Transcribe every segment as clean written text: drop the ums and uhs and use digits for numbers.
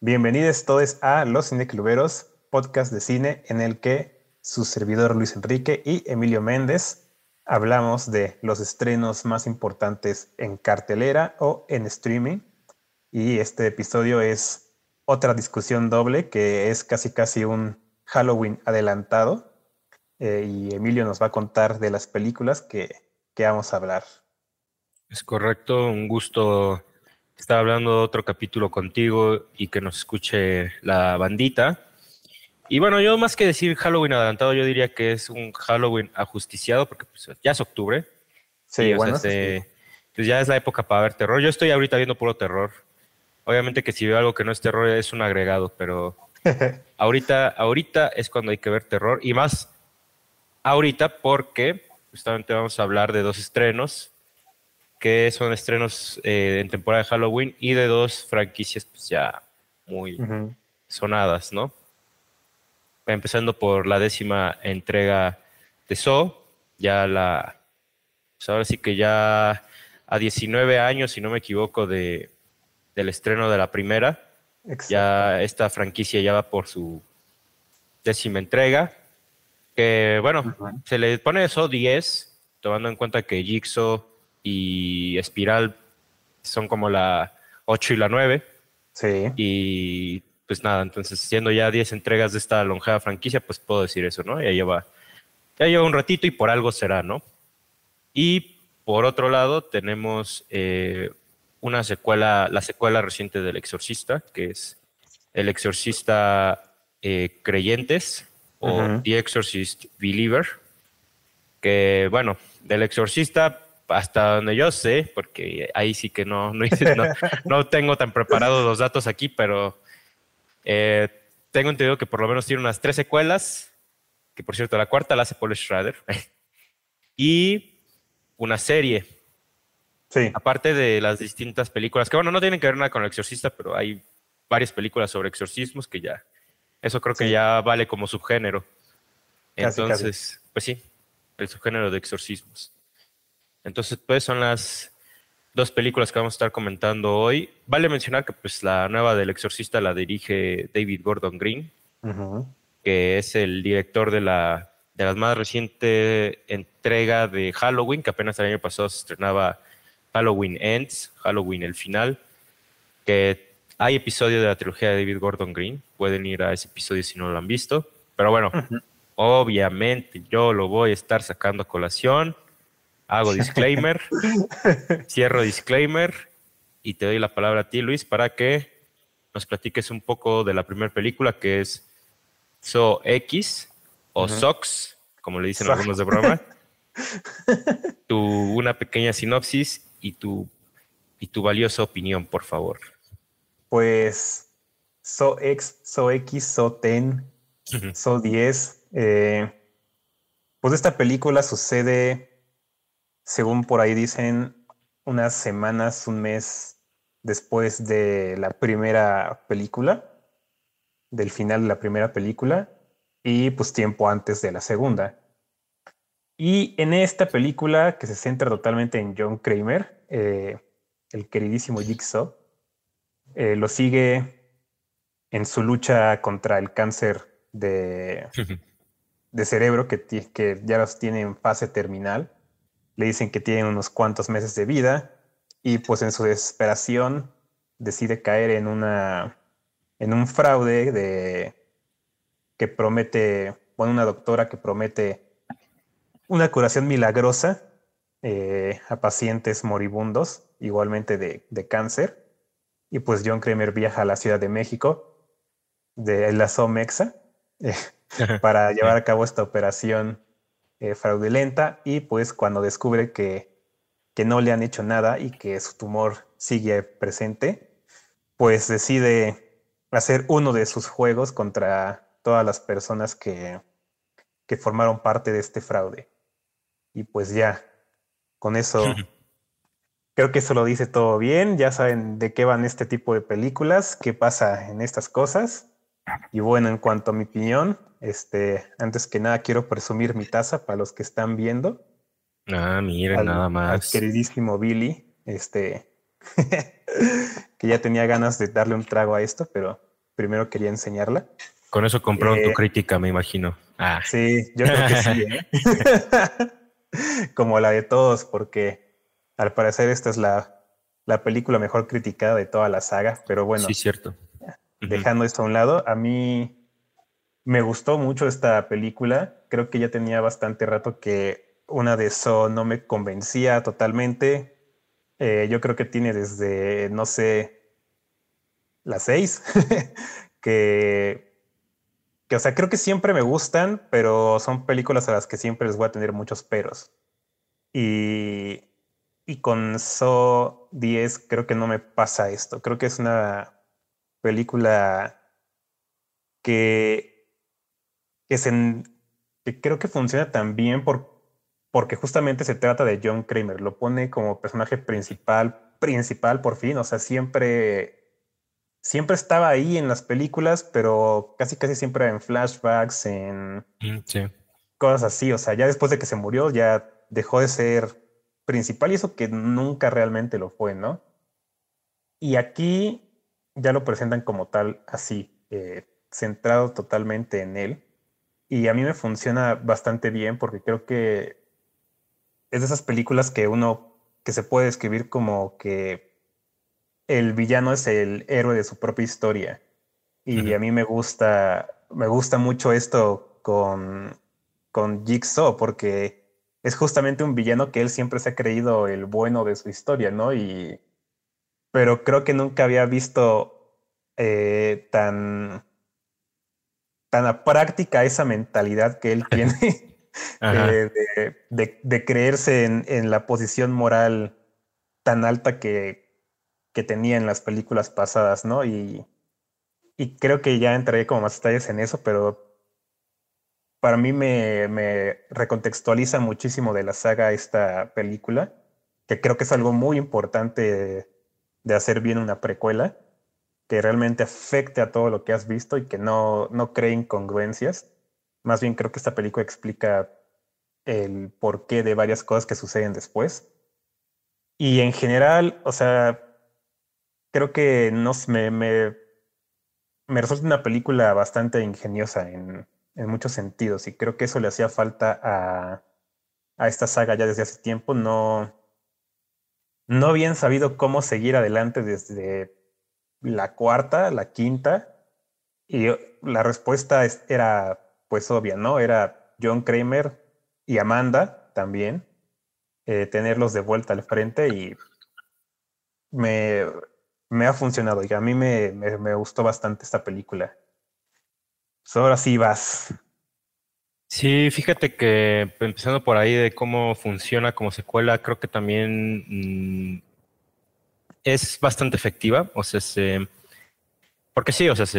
Bienvenidos todos a Los Cinecluberos, podcast de cine en el que su servidor Luis Enrique y Emilio Méndez hablamos de los estrenos más importantes en cartelera o en streaming. Y este episodio es otra discusión doble que es casi un Halloween adelantado. Y Emilio nos va a contar de las películas que vamos a hablar. Es correcto, un gusto estar hablando de otro capítulo contigo y que nos escuche la bandita. Y bueno, yo más que decir Halloween adelantado, yo diría que es un Halloween ajusticiado, porque pues, ya es octubre Sí, y o sea, bueno, eso sí. pues ya es la época para ver terror. Yo estoy ahorita viendo puro terror. Obviamente que si veo algo que no es terror es un agregado, pero ahorita es cuando hay que ver terror y más ahorita porque justamente vamos a hablar de dos estrenos que son estrenos en temporada de Halloween y de dos franquicias pues ya muy Ujú. sonadas, ¿no? Empezando por la 10ª entrega de Saw, pues ahora sí que ya a 19 años, si no me equivoco, del estreno de la primera, ya Exactamente. esta franquicia ya va por su 10ª entrega, que bueno, Ujú. se le pone Saw 10, tomando en cuenta que Jigsaw y Espiral son como la 8 y la 9. Sí. Y pues nada, entonces siendo ya 10 entregas de esta longeada franquicia, pues puedo decir eso, ¿no? Ya lleva un ratito y por algo será, ¿no? Y por otro lado tenemos una secuela, la secuela reciente del Exorcista, que es El Exorcista Creyentes o Ujú. The Exorcist Believer, que bueno, del Exorcista hasta donde yo sé, porque ahí sí que no tengo tan preparados los datos aquí, pero eh, tengo entendido que por lo menos tiene unas 3 secuelas, que por cierto la cuarta la hace Paul Schrader, y una serie, Sí, aparte de las distintas películas, que bueno, no tienen que ver nada con el Exorcista, pero hay varias películas sobre exorcismos que ya, eso creo que sí, ya vale como subgénero. casi. Entonces, pues sí, el subgénero de exorcismos. Entonces, pues son las dos películas que vamos a estar comentando hoy. Vale mencionar que pues la nueva del Exorcista la dirige David Gordon Green, Ujú. que es el director de la más reciente entrega de Halloween, que apenas el año pasado se estrenaba Halloween Ends, Halloween el final, que hay episodio de la trilogía de David Gordon Green, pueden ir a ese episodio si no lo han visto, pero bueno, Ujú. obviamente yo lo voy a estar sacando a colación, hago disclaimer, cierro disclaimer y te doy la palabra a ti, Luis, para que nos platiques un poco de la primera película que es So X o Ujú. SOX, como le dicen So- algunos de broma, una pequeña sinopsis y tu valiosa opinión, por favor. Pues So X, So X, So Ten, So 10. Pues esta película sucede, según por ahí dicen, unas semanas, un mes después de la primera película, del final de la primera película, y pues tiempo antes de la segunda. Y en esta película, que se centra totalmente en John Kramer, el queridísimo Jigsaw, lo sigue en su lucha contra el cáncer de cerebro que ya los tiene en fase terminal. Le dicen que tienen unos cuantos meses de vida y pues en su desesperación decide caer en un fraude que promete, bueno, una doctora que promete una curación milagrosa a pacientes moribundos, igualmente de cáncer. Y pues John Kramer viaja a la Ciudad de México, de la Somexa, eh, para llevar a cabo esta operación fraudulenta. Y pues cuando descubre que no le han hecho nada y que su tumor sigue presente, pues decide hacer uno de sus juegos contra todas las personas que formaron parte de este fraude. Y pues ya, con eso, creo que eso lo dice todo bien. Ya saben de qué van este tipo de películas, qué pasa en estas cosas. Y bueno, en cuanto a mi opinión, antes que nada quiero presumir mi taza para los que están viendo, Ah, miren, nada al más. queridísimo Billy, que ya tenía ganas de darle un trago a esto, pero primero quería enseñarla. Con eso compraron tu crítica, me imagino. Sí, yo creo que sí, como la de todos, porque al parecer esta es la película mejor criticada de toda la saga, pero Sí, bueno, cierto. dejando esto a un lado, a mí me gustó mucho esta película. Creo que ya tenía bastante rato que una de eso no me convencía totalmente. Yo creo que tiene desde, no sé, las 6, que, o sea, creo que siempre me gustan, pero son películas a las que siempre les voy a tener muchos peros. Y, y con So 10 creo que no me pasa esto. Creo que es una película que, que, se, que creo que funciona tan bien porque justamente se trata de John Kramer. Lo pone como personaje principal por fin. O sea, siempre estaba ahí en las películas, pero casi siempre en flashbacks, en Sí. cosas así. O sea, ya después de que se murió, ya dejó de ser principal y eso que nunca realmente lo fue, ¿no? Y aquí ya lo presentan como tal, así, centrado totalmente en él. Y a mí me funciona bastante bien porque creo que es de esas películas que se puede describir como que el villano es el héroe de su propia historia. Y a mí me gusta mucho esto con Jigsaw, porque es justamente un villano que él siempre se ha creído el bueno de su historia, ¿no? Pero creo que nunca había visto tan a práctica esa mentalidad que él tiene Ajá. de creerse en la posición moral tan alta que tenía en las películas pasadas, ¿no? Y creo que ya entraré como más detalles en eso, pero para mí me recontextualiza muchísimo de la saga esta película, que creo que es algo muy importante de hacer bien una precuela, que realmente afecte a todo lo que has visto y que no cree incongruencias. Más bien creo que esta película explica el porqué de varias cosas que suceden después. Y en general, o sea, creo que no, sé, me resulta una película bastante ingeniosa en muchos sentidos y creo que eso le hacía falta a esta saga ya desde hace tiempo. No habían sabido cómo seguir adelante desde la cuarta, la quinta, y la respuesta era pues obvia, ¿no? Era John Kramer y Amanda también, tenerlos de vuelta al frente y me, me ha funcionado y a mí me gustó bastante esta película. So, ahora sí vas. Sí, fíjate que empezando por ahí de cómo funciona como secuela, creo que también es bastante efectiva. O sea, porque sí, o sea,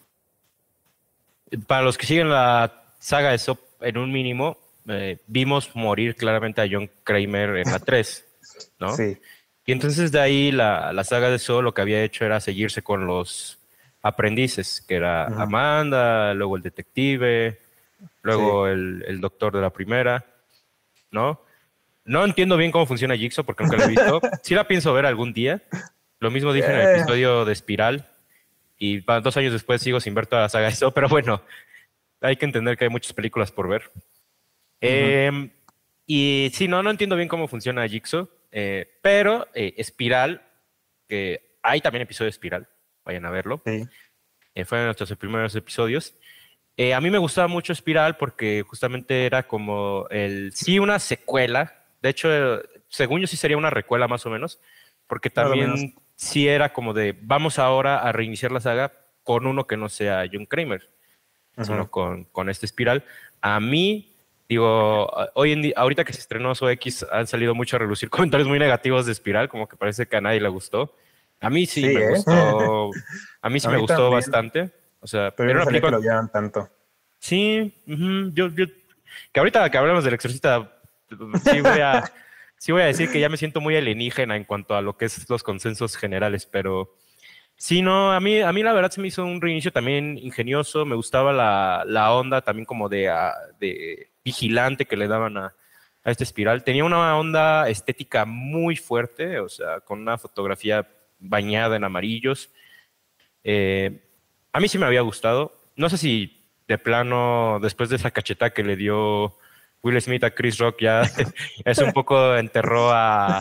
para los que siguen la saga de Sop en un mínimo, vimos morir claramente a John Kramer en la 3, ¿no? Sí. Y entonces de ahí la saga de Saw lo que había hecho era seguirse con los aprendices, que era Ujú. Amanda, luego el detective, Sí. luego el doctor de la primera, ¿no? No entiendo bien cómo funciona Jigsaw porque nunca la he visto. Sí la pienso ver algún día. Lo mismo dije en el Eh, episodio de Espiral y 2 años después sigo sin ver toda la saga de Saw, pero bueno, hay que entender que hay muchas películas por ver. ujú. Eh, y sí, no entiendo bien cómo funciona Jigsaw, pero Espiral, que hay también episodio de Espiral, vayan a verlo. Sí. Fue de nuestros primeros episodios. A mí me gustaba mucho Espiral porque justamente era como sí, una secuela. De hecho, según yo sí sería una recuela más o menos, porque Más o menos. también sí era como de vamos ahora a reiniciar la saga con uno que no sea John Kramer, sino Ujú. con este Espiral. A mí, digo, hoy en día, ahorita que se estrenó So X, han salido mucho a relucir comentarios muy negativos de Espiral, como que parece que a nadie le gustó. A mí sí Sí, me ¿eh? gustó, a mí sí A me mí gustó también, bastante. O sea, pero yo era no una sabía que película, lo odiaban tanto. sí, que ahorita que hablamos del Exorcista, sí sí voy a decir que ya me siento muy alienígena en cuanto a lo que es los consensos generales, pero sí, no, a mí la verdad se me hizo un reinicio también ingenioso, me gustaba la onda también como de vigilante que le daban a este Espiral. Tenía una onda estética muy fuerte, o sea, con una fotografía bañada en amarillos. A mí sí me había gustado. No sé si de plano, después de esa cachetada que le dio Will Smith a Chris Rock, ya es un poco enterró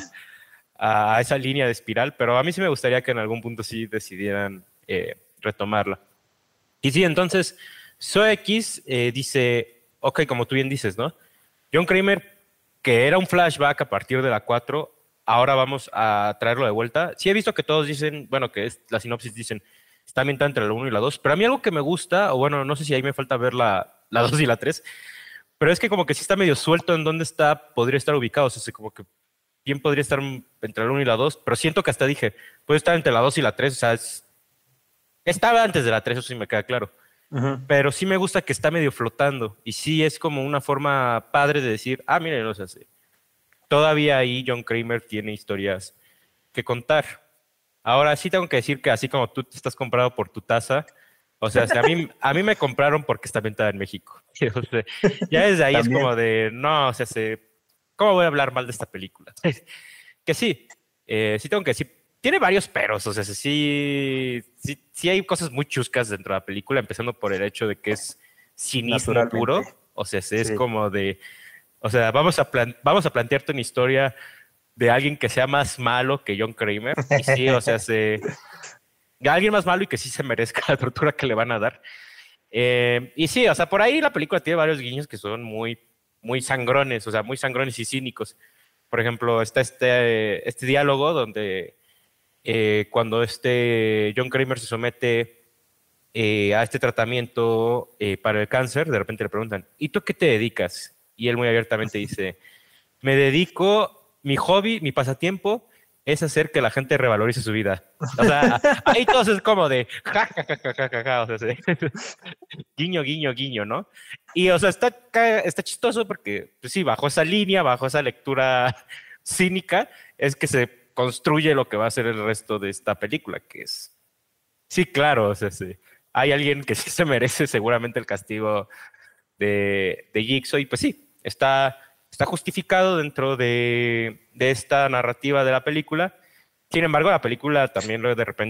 a esa línea de espiral, pero a mí sí me gustaría que en algún punto sí decidieran retomarla. Y sí, entonces, SoX dice, ok, como tú bien dices, ¿no? John Kramer, que era un flashback a partir de la 4, ahora vamos a traerlo de vuelta. Sí he visto que todos dicen, bueno, que es, la sinopsis dicen, está ambientada entre la 1 y la 2, pero a mí algo que me gusta, o bueno, no sé si ahí me falta ver la 2 y la 3, pero es que como que sí está medio suelto en dónde está, podría estar ubicado, o sea, como que bien podría estar entre la 1 y la 2, pero siento que hasta dije, puede estar entre la 2 y la 3, o sea, estaba antes de la 3, eso sí me queda claro. Ujú. Pero sí me gusta que está medio flotando. Y sí es como una forma padre de decir, ah, miren, o sea, sí, todavía ahí John Kramer tiene historias que contar. Ahora sí tengo que decir que así como tú te estás comprado por tu taza, o sea, si a mí me compraron porque está ambientada en México. O sea, ya desde ahí es También. como de, no, o sea, ¿cómo voy a hablar mal de esta película? Que sí, sí tengo que decir, tiene varios peros, o sea, sí hay cosas muy chuscas dentro de la película, empezando por el hecho de que es cinismo Naturalmente. puro, o sea, sí es Sí. como de, o sea, vamos a plantearte una historia de alguien que sea más malo que John Kramer, y sí, o sea, alguien más malo y que sí se merezca la tortura que le van a dar. Y sí, o sea, por ahí la película tiene varios guiños que son muy sangrones, o sea, muy sangrones y cínicos. Por ejemplo, está este diálogo donde cuando John Kramer se somete a este tratamiento para el cáncer, de repente le preguntan, ¿y tú a qué te dedicas? Y él muy abiertamente dice, me dedico, mi hobby, mi pasatiempo es hacer que la gente revalorice su vida. O sea, ahí todos es como de ja, ja, ja, ja, ja, ja, ja, o sea, guiño, guiño, guiño, ¿no? Y, o sea, está chistoso porque, pues sí, bajo esa línea, bajo esa lectura cínica, es que se construye lo que va a ser el resto de esta película, que es, sí, claro, o sea, sí, hay alguien que sí se merece seguramente el castigo de Jigsaw, y pues sí, está justificado dentro de esta narrativa de la película. Sin embargo, la película también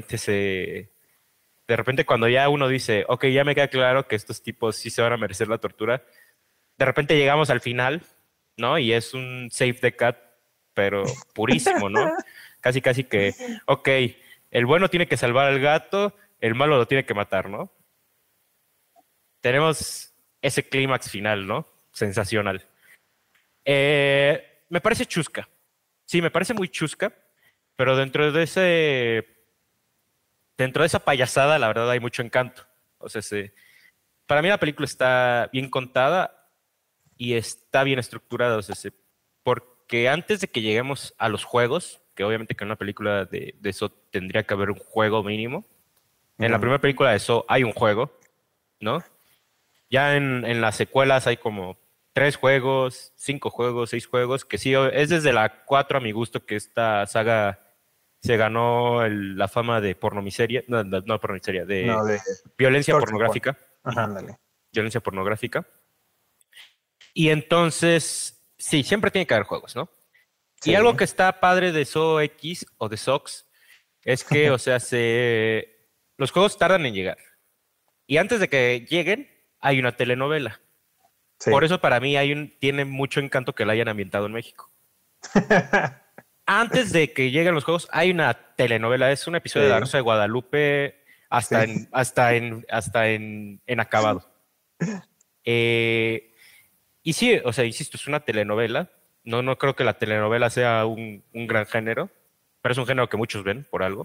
de repente cuando ya uno dice, ok, ya me queda claro que estos tipos sí se van a merecer la tortura, de repente llegamos al final, ¿no? Y es un save the cat, pero purísimo, ¿no? Casi, casi que, ok, el bueno tiene que salvar al gato, el malo lo tiene que matar, ¿no? Tenemos ese clímax final, ¿no? Sensacional. Me parece chusca. Sí, me parece muy chusca, pero dentro de esa payasada, la verdad, hay mucho encanto. O sea, para mí la película está bien contada y está bien estructurada. O sea, porque antes de que lleguemos a los juegos, que obviamente que en una película de eso tendría que haber un juego mínimo. En la Ujú. primera película de eso hay un juego, ¿no? Ya en las secuelas hay como 3 juegos, 5 juegos, 6 juegos, que sí, es desde la 4 a mi gusto que esta saga se ganó la fama de pornomiseria, no, no, no pornomiseria, de No, de violencia Torture Porn. pornográfica. Ajá, Ujú. ándale. Violencia pornográfica. Y entonces, sí, siempre tiene que haber juegos, ¿no? Y algo Sí. que está padre de SOX o de SOX es que, o sea, los juegos tardan en llegar. Y antes de que lleguen, hay una telenovela. Por Sí. eso para mí tiene mucho encanto que la hayan ambientado en México. Antes de que lleguen los juegos, hay una telenovela, es un episodio de La Sí. Rosa de Guadalupe hasta Sí. en acabado. Eh, y sí, o sea, insisto, es una telenovela. No creo que la telenovela sea un gran género, pero es un género que muchos ven por algo.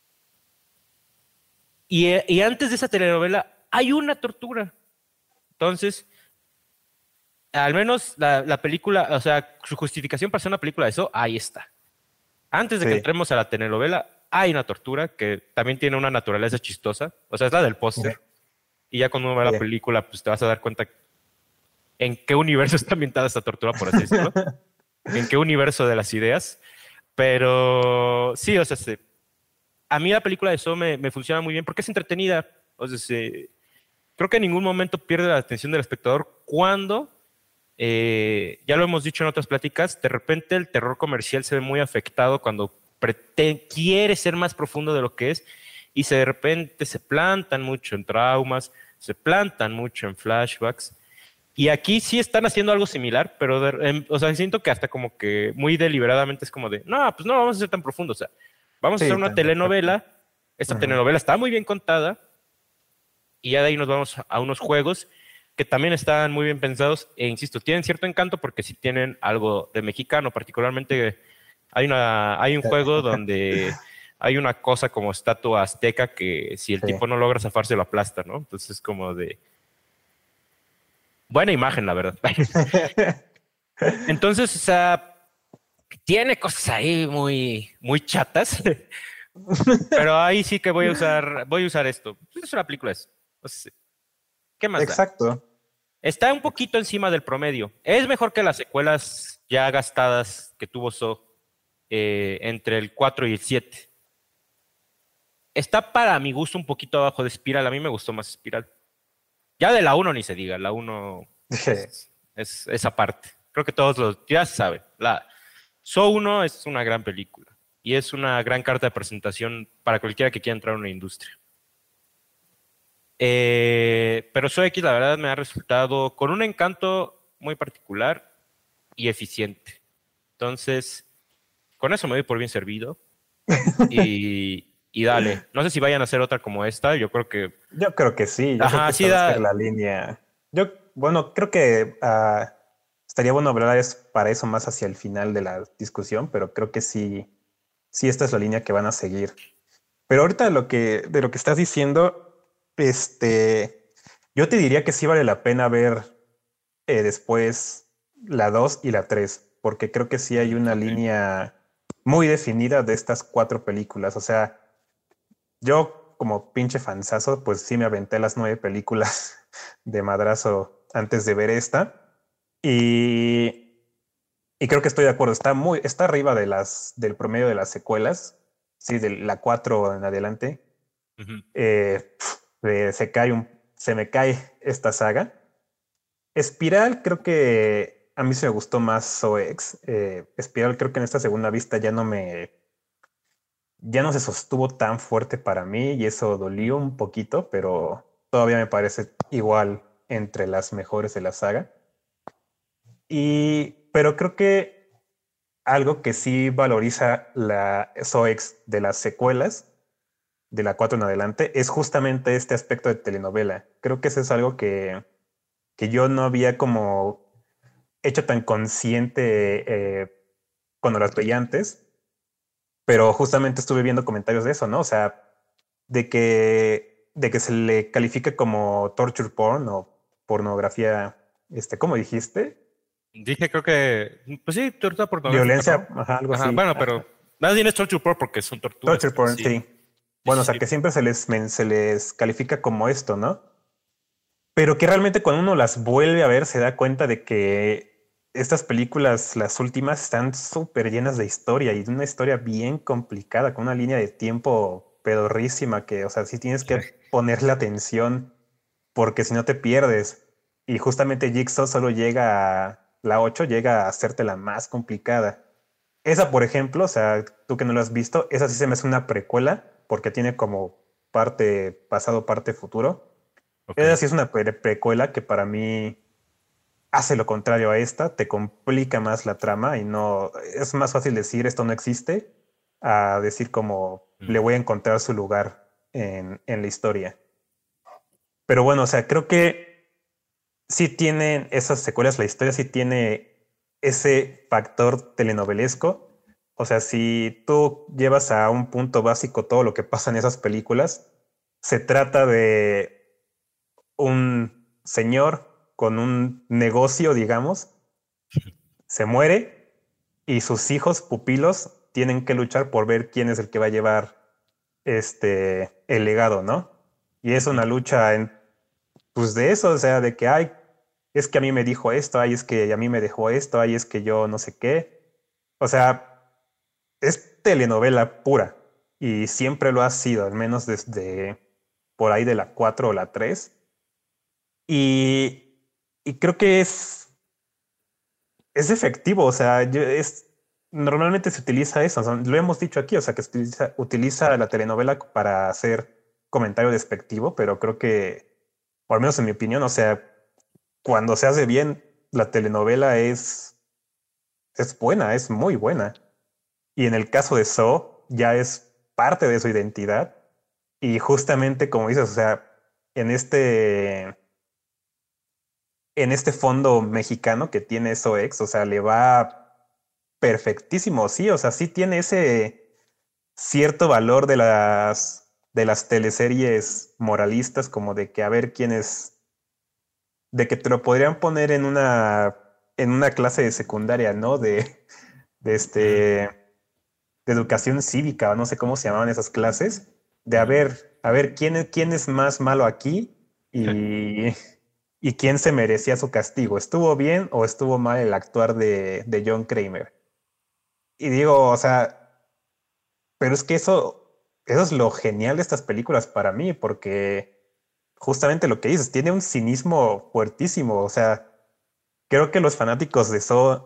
Y antes de esa telenovela hay una tortura. Entonces, al menos la película, o sea, su justificación para hacer una película de eso, ahí está. Antes de que Sí. entremos a la telenovela, hay una tortura que también tiene una naturaleza chistosa. O sea, es la del póster. Y ya cuando uno ve la Sí. película, pues te vas a dar cuenta en qué universo está ambientada esta tortura, por así decirlo. En qué universo de las ideas. Pero sí, o sea, a mí la película de eso me funciona muy bien porque es entretenida. O sea, creo que en ningún momento pierde la atención del espectador cuando, ya lo hemos dicho en otras pláticas, de repente el terror comercial se ve muy afectado cuando quiere ser más profundo de lo que es y de repente se plantan mucho en traumas, se plantan mucho en flashbacks. Y aquí sí están haciendo algo similar, pero o sea, siento que hasta como que muy deliberadamente es como de, no, pues no vamos a ser tan profundo, o sea, vamos a hacer Sí, una también, exacto. telenovela, esta Ujú. telenovela está muy bien contada, y ya de ahí nos vamos a unos juegos que también están muy bien pensados, e insisto, tienen cierto encanto porque sí tienen algo de mexicano, particularmente hay un juego donde hay una cosa como estatua azteca que si el Sí. tipo no logra zafarse lo aplasta, ¿no? Entonces es como de buena imagen, la verdad. Entonces, o sea, tiene cosas ahí muy chatas, pero ahí sí que voy a usar esto. Es una película, ¿qué más da? Exacto. Está un poquito encima del promedio. Es mejor que las secuelas ya gastadas que tuvo So entre el 4 y el 7. Está para mi gusto un poquito abajo de Spiral. A mí me gustó más Spiral. Ya de la uno ni se diga. La uno es esa parte. Creo que todos los ya se saben. So 1 es una gran película y es una gran carta de presentación para cualquiera que quiera entrar a una industria. Pero So X, la verdad, me ha resultado con un encanto muy particular y eficiente. Entonces, con eso me doy por bien servido y dale. No sé si vayan a hacer otra como esta. Yo creo que. Yo creo que sí, yo creo que Ajá, esta sí va a ser da. la línea. Bueno, creo que estaría bueno hablar para eso más hacia el final de la discusión, pero creo que sí, sí, esta es la línea que van a seguir. Pero ahorita de lo que estás diciendo, yo te diría que sí vale la pena ver después la 2 y la 3 porque creo que sí hay una Ok. línea muy definida de estas cuatro películas. O sea, yo como pinche fanzazo, pues sí me aventé las 9 películas de madrazo antes de ver esta. Y, y creo que estoy de acuerdo. Está arriba del promedio de las secuelas. Sí, de la 4 en adelante. Ujú. Se me cae esta saga. Espiral, creo que a mí se me gustó más SOEX. Espiral, creo que en esta segunda vista ya no se sostuvo tan fuerte para mí y eso dolió un poquito, pero todavía me parece igual entre las mejores de la saga. Pero creo que algo que sí valoriza la SOEX de las secuelas, de la 4 en adelante, es justamente este aspecto de telenovela. Creo que eso es algo que yo no había como hecho tan consciente cuando las veía antes, pero justamente estuve viendo comentarios de eso, ¿no? O sea, de que se le califica como torture porn o pornografía, ¿cómo dijiste? Dije, creo que. Pues sí, tortura pornográfica, Violencia, ¿no? ajá, algo Ajá, así. bueno, pero. Ajá. Más bien es torture porn porque son torturas, Torture pero porn, sí. sí. Sí, Bueno, o sea, sí, que siempre se les califica como esto, ¿no? Pero que realmente cuando uno las vuelve a ver se da cuenta de que estas películas, las últimas, están súper llenas de historia y de una historia bien complicada, con una línea de tiempo pedorrísima que, o sea, sí tienes sí. que ponerle atención porque si no te pierdes. Y justamente Jigsaw solo la 8 llega a hacerte la más complicada. Esa, por ejemplo, o sea, tú que no lo has visto, esa sí se me hace una precuela porque tiene como parte pasado, parte futuro. Ok. Esa sí es una precuela que para mí hace lo contrario a esta, te complica más la trama y no, es más fácil decir esto no existe a decir como le Mm. voy a encontrar su lugar en la historia. Pero bueno, o sea, creo que sí tienen esas secuelas, la historia sí tiene ese factor telenovelesco. O sea, si tú llevas a un punto básico todo lo que pasa en esas películas, se trata de un señor con un negocio, digamos, se muere y sus hijos pupilos tienen que luchar por ver quién es el que va a llevar el legado, ¿no? Y es una Ujú. lucha pues de eso, o sea, de que, ay, es que a mí me dijo esto, ay, es que a mí me dejó esto, ay, es que yo no sé qué. O sea, es telenovela pura y siempre lo ha sido, al menos desde por ahí de la 4 o la 3. Y, y creo que es efectivo, o sea, normalmente se utiliza eso, o sea, lo hemos dicho aquí, o sea, que se utiliza la telenovela para hacer comentario despectivo, pero creo que, o al menos en mi opinión, o sea, cuando se hace bien, la telenovela es buena, es muy buena. Y en el caso de So, ya es parte de su identidad. Y justamente como dices, o sea, en este, en este fondo mexicano que tiene SOEX, o sea, le va perfectísimo, sí, o sea, sí tiene ese cierto valor de las teleseries moralistas, como de que a ver quién es, de que te lo podrían poner en una clase de secundaria, ¿no? De Ujú, de educación cívica, o no sé cómo se llamaban esas clases, de ujú. a ver quién es más malo aquí y, y quién se merecía su castigo. ¿Estuvo bien o estuvo mal el actuar de John Kramer? Y digo, o sea, pero es que eso es lo genial de estas películas para mí, porque justamente lo que dices, tiene un cinismo fuertísimo. O sea, creo que los fanáticos de Saw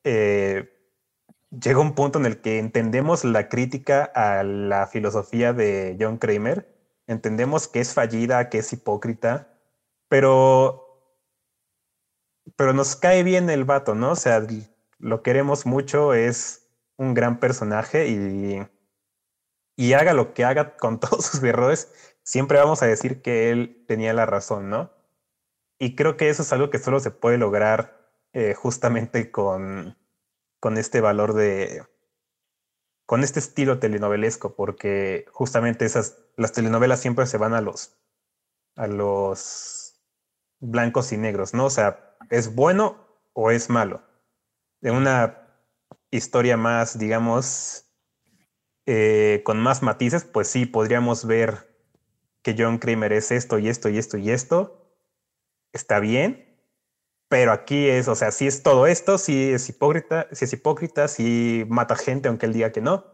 llega un punto en el que entendemos la crítica a la filosofía de John Kramer, entendemos que es fallida, que es hipócrita, pero, pero nos cae bien el vato, ¿no? O sea, lo queremos mucho, es un gran personaje y haga lo que haga con todos sus errores, siempre vamos a decir que él tenía la razón, ¿no? Y creo que eso es algo que solo se puede lograr justamente con este valor con este estilo telenovelesco, porque justamente las telenovelas siempre se van a los blancos y negros, ¿no? O sea, ¿es bueno o es malo? De Ujú. una historia más, digamos, con más matices, pues sí, podríamos ver que John Kramer es esto y esto y esto y esto, está bien, pero aquí es, o sea, sí es todo esto, sí es hipócrita, sí mata gente aunque él diga que no,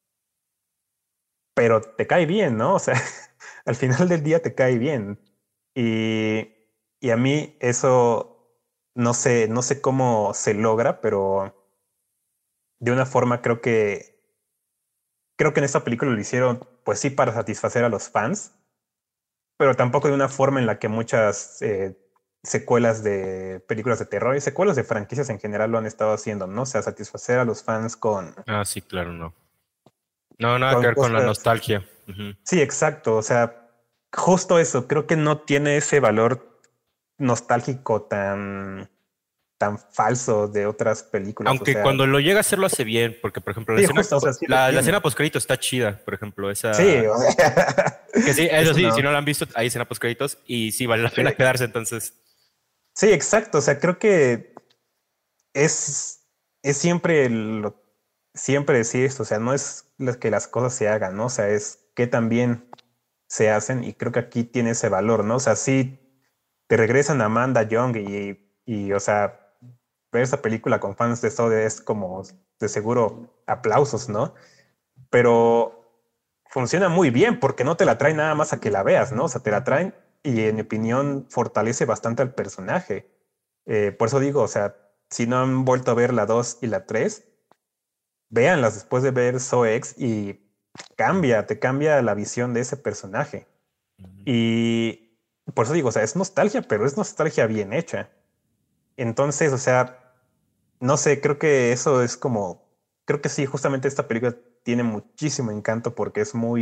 pero te cae bien, ¿no? O sea, al final del día te cae bien. Y, y a mí eso no sé cómo se logra, pero de una forma creo que en esta película lo hicieron, pues sí, para satisfacer a los fans, pero tampoco de una forma en la que muchas secuelas de películas de terror y secuelas de franquicias en general lo han estado haciendo, ¿no? O sea, satisfacer a los fans Ah, sí, claro, no. No, nada que con ver con la cosas. nostalgia. Ujú. Sí, exacto. O sea, justo eso. Creo que no tiene ese valor nostálgico tan falso de otras películas. O Aunque sea, cuando lo llega a hacer lo hace bien, porque por ejemplo sí, justo, o sea, sí lo la tiene. escena postcrédito está chida, por ejemplo, Sí, esa o sea, que sí, eso eso sí, si no. no la han visto, hay escena postcréditos y sí vale la Sí, pena quedarse entonces. sí, exacto. O sea, creo que es, es siempre siempre decir esto. O sea, no es que las cosas se hagan, ¿no? O sea, es que también se hacen y creo que aquí tiene ese valor, ¿no? O sea, sí te regresan a Amanda Young o sea, ver esa película con fans de Saw es como de seguro aplausos, ¿no? Pero funciona muy bien porque no te la traen nada más a que la veas, ¿no? O sea, te la traen y en mi opinión fortalece bastante al personaje. Por eso digo, o sea, si no han vuelto a ver la 2 y la 3 véanlas después de ver Saw X y te cambia la visión de ese personaje. Ujú. Y por eso digo, o sea, es nostalgia, pero es nostalgia bien hecha. Entonces, o sea, no sé, creo que eso es como, creo que sí, justamente esta película tiene muchísimo encanto porque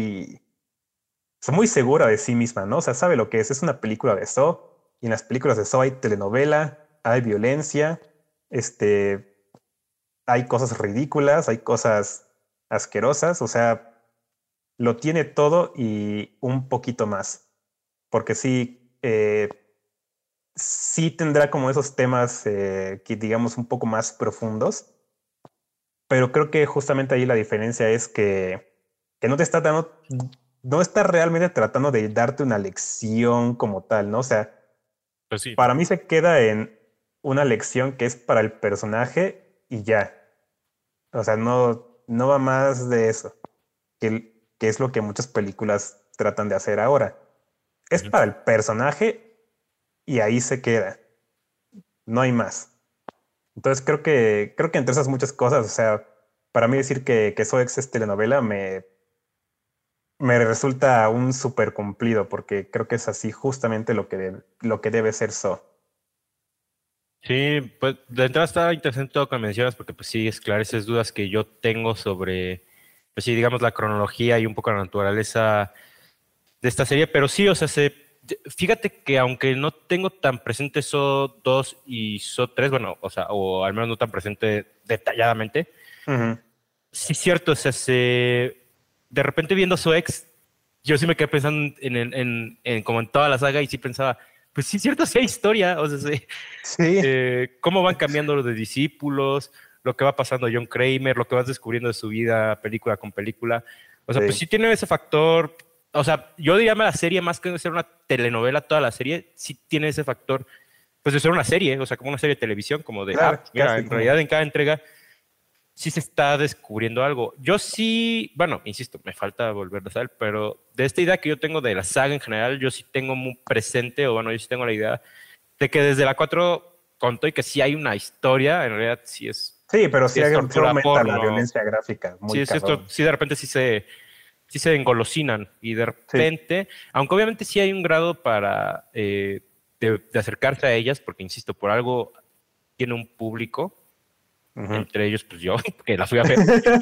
es muy segura de sí misma, ¿no? O sea, sabe lo que es una película de Saw y en las películas de Saw hay telenovela, hay violencia, este, hay cosas ridículas, hay cosas asquerosas, o sea, lo tiene todo y un poquito más, porque sí, sí tendrá como esos temas que digamos un poco más profundos, pero creo que justamente ahí la diferencia es que no te está dando, no está realmente tratando de darte una lección como tal, ¿no? O sea, Pues sí, para ¿no? mí se queda en una lección que es para el personaje y ya. O sea, no va más de eso, que es lo que muchas películas tratan de hacer ahora. Es Ujú. para el personaje y ahí se queda, no hay más. Entonces creo que entre esas muchas cosas, o sea, para mí decir que SOEX es telenovela me resulta un súper cumplido, porque creo que es así justamente lo que debe ser So. Sí, pues de entrada está interesante todo lo que mencionas porque pues sí esclareces dudas que yo tengo sobre, pues sí, digamos la cronología y un poco la naturaleza de esta serie, pero sí, o sea, fíjate que aunque no tengo tan presente So 2 y So 3, bueno, o sea, o al menos no tan presente detalladamente, sí es cierto, o sea, de repente viendo So X, yo sí me quedé pensando en como en toda la saga y sí pensaba, pues sí es cierto, sí hay historia, o sea, Sí. Cómo van cambiando los de discípulos, lo que va pasando John Kramer, lo que vas descubriendo de su vida película con película. O sea, pues sí tiene ese factor. O sea, yo diría la serie, más que ser una telenovela, toda la serie, sí tiene ese factor, pues de ser una serie, o sea, como una serie de televisión, como de, claro, mira, en realidad en cada entrega sí se está descubriendo algo. Yo sí, bueno, insisto, me falta volver a saber, pero de esta idea que yo tengo de la saga en general, yo sí tengo muy presente, o bueno, yo sí tengo la idea de que desde la 4 contó y que sí hay una historia, en realidad sí es. Sí, pero sí, Es sí tortura aumenta porno. la violencia gráfica. Muy cabrón. Sí, de repente sí se engolosinan y de repente, aunque obviamente sí hay un grado para de acercarse a ellas, porque insisto, por algo tiene un público, entre ellos pues yo, que la fui a ver.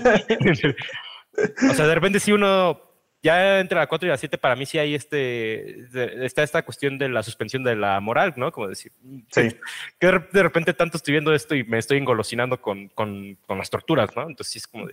O sea, de repente si uno, ya entre la 4 y la 7, para mí sí hay está esta cuestión de la suspensión de la moral, ¿no? Como decir, sí. que de repente tanto estoy viendo esto y me estoy engolosinando con las torturas, ¿no? Entonces sí es como de...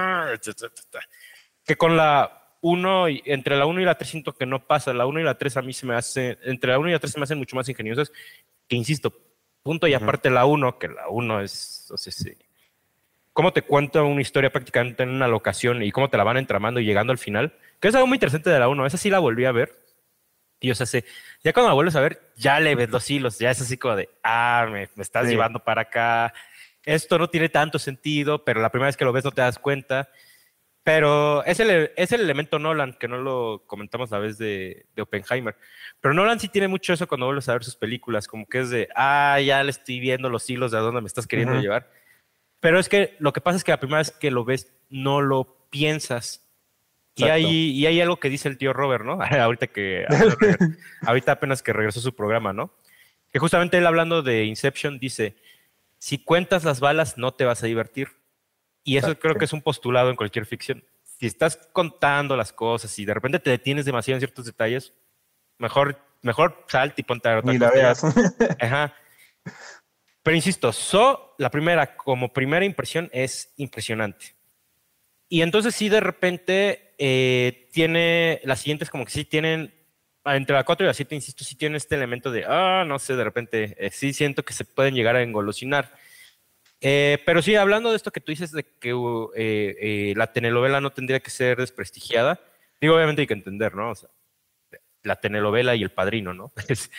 que con la 1, entre la 1 y la 3 siento que no pasa. La 1 y la 3 a mí se me hace, entre la 1 y la 3 se me hacen mucho más ingeniosas, que insisto, punto y aparte la 1, que la 1 es, o sea, sí, cómo te cuenta una historia prácticamente en una locación y cómo te la van entramando y llegando al final, que es algo muy interesante de la 1. Esa sí la volví a ver. Y o sea, ya cuando la vuelves a ver, ya le ves los hilos, ya es así como de, me estás llevando para acá. Esto no tiene tanto sentido, pero la primera vez que lo ves no te das cuenta. Pero es el elemento Nolan, que no lo comentamos la vez de Oppenheimer. Pero Nolan sí tiene mucho eso cuando vuelves a ver sus películas, como que es de, ya le estoy viendo los hilos de a dónde me estás queriendo llevar. Pero es que lo que pasa es que la primera vez que lo ves, no lo piensas. Y hay algo que dice el tío Robert, ¿no? ahorita apenas que regresó su programa, ¿no? Que justamente él hablando de Inception dice, si cuentas las balas no te vas a divertir. Y eso creo que es un postulado en cualquier ficción. Si estás contando las cosas y de repente te detienes demasiado en ciertos detalles, mejor salte y ponte a otra cosa. Ni la veas. Ajá. Pero insisto, la primera, como primera impresión, es impresionante. Y entonces sí, de repente, tiene, las siguientes como que sí tienen, entre la 4 y la 7, insisto, sí tiene este elemento de, no sé, de repente, sí siento que se pueden llegar a engolosinar. Pero sí, hablando de esto que tú dices de que la telenovela no tendría que ser desprestigiada, digo, obviamente hay que entender, ¿no? O sea, la telenovela y El Padrino, ¿no?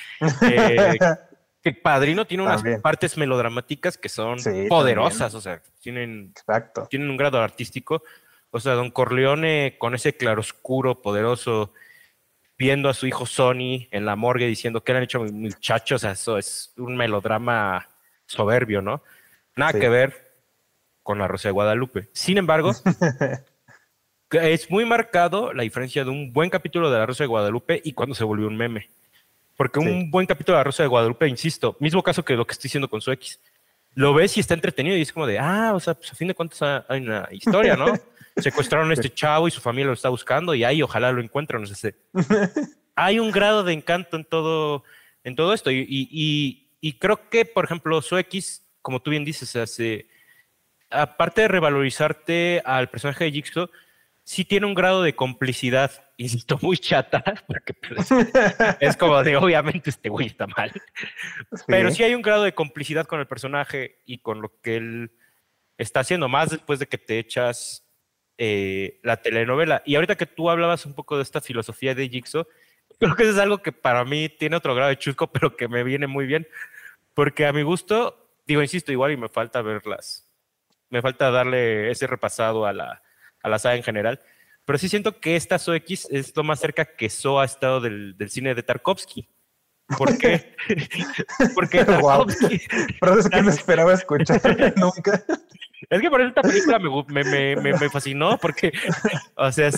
El Padrino tiene unas partes melodramáticas que son poderosas, también. O sea, tienen un grado artístico. O sea, Don Corleone con ese claroscuro poderoso, viendo a su hijo Sonny en la morgue diciendo que le han hecho muchachos, o sea, eso es un melodrama soberbio, ¿no? Nada que ver con La Rosa de Guadalupe. Sin embargo, es muy marcado la diferencia de un buen capítulo de La Rosa de Guadalupe y cuando se volvió un meme. Porque un buen capítulo de La Rosa de Guadalupe, insisto, mismo caso que lo que estoy diciendo con su X, lo ves y está entretenido y es como de, o sea, pues a fin de cuentas hay una historia, ¿no? Secuestraron a este chavo y su familia lo está buscando y ojalá lo encuentren, no sé. Hay un grado de encanto en todo esto y creo que, por ejemplo, su X, como tú bien dices, aparte de revalorizarte al personaje de Jigsaw, sí tiene un grado de complicidad, insisto, muy chata, porque pues, es como de, obviamente este güey está mal, pero sí hay un grado de complicidad con el personaje y con lo que él está haciendo, más después de que te echas la telenovela. Y ahorita que tú hablabas un poco de esta filosofía de Jigsaw, creo que eso es algo que para mí tiene otro grado de chusco, pero que me viene muy bien, porque a mi gusto, digo, insisto, igual y me falta verlas, me falta darle ese repasado a la saga en general, pero sí siento que esta So X es lo más cerca que So ha estado del cine de Tarkovsky. ¿Por qué? Porque Tarkovsky... Pero es que no esperaba escuchar nunca. Es que por eso esta película me fascinó, porque, o sea,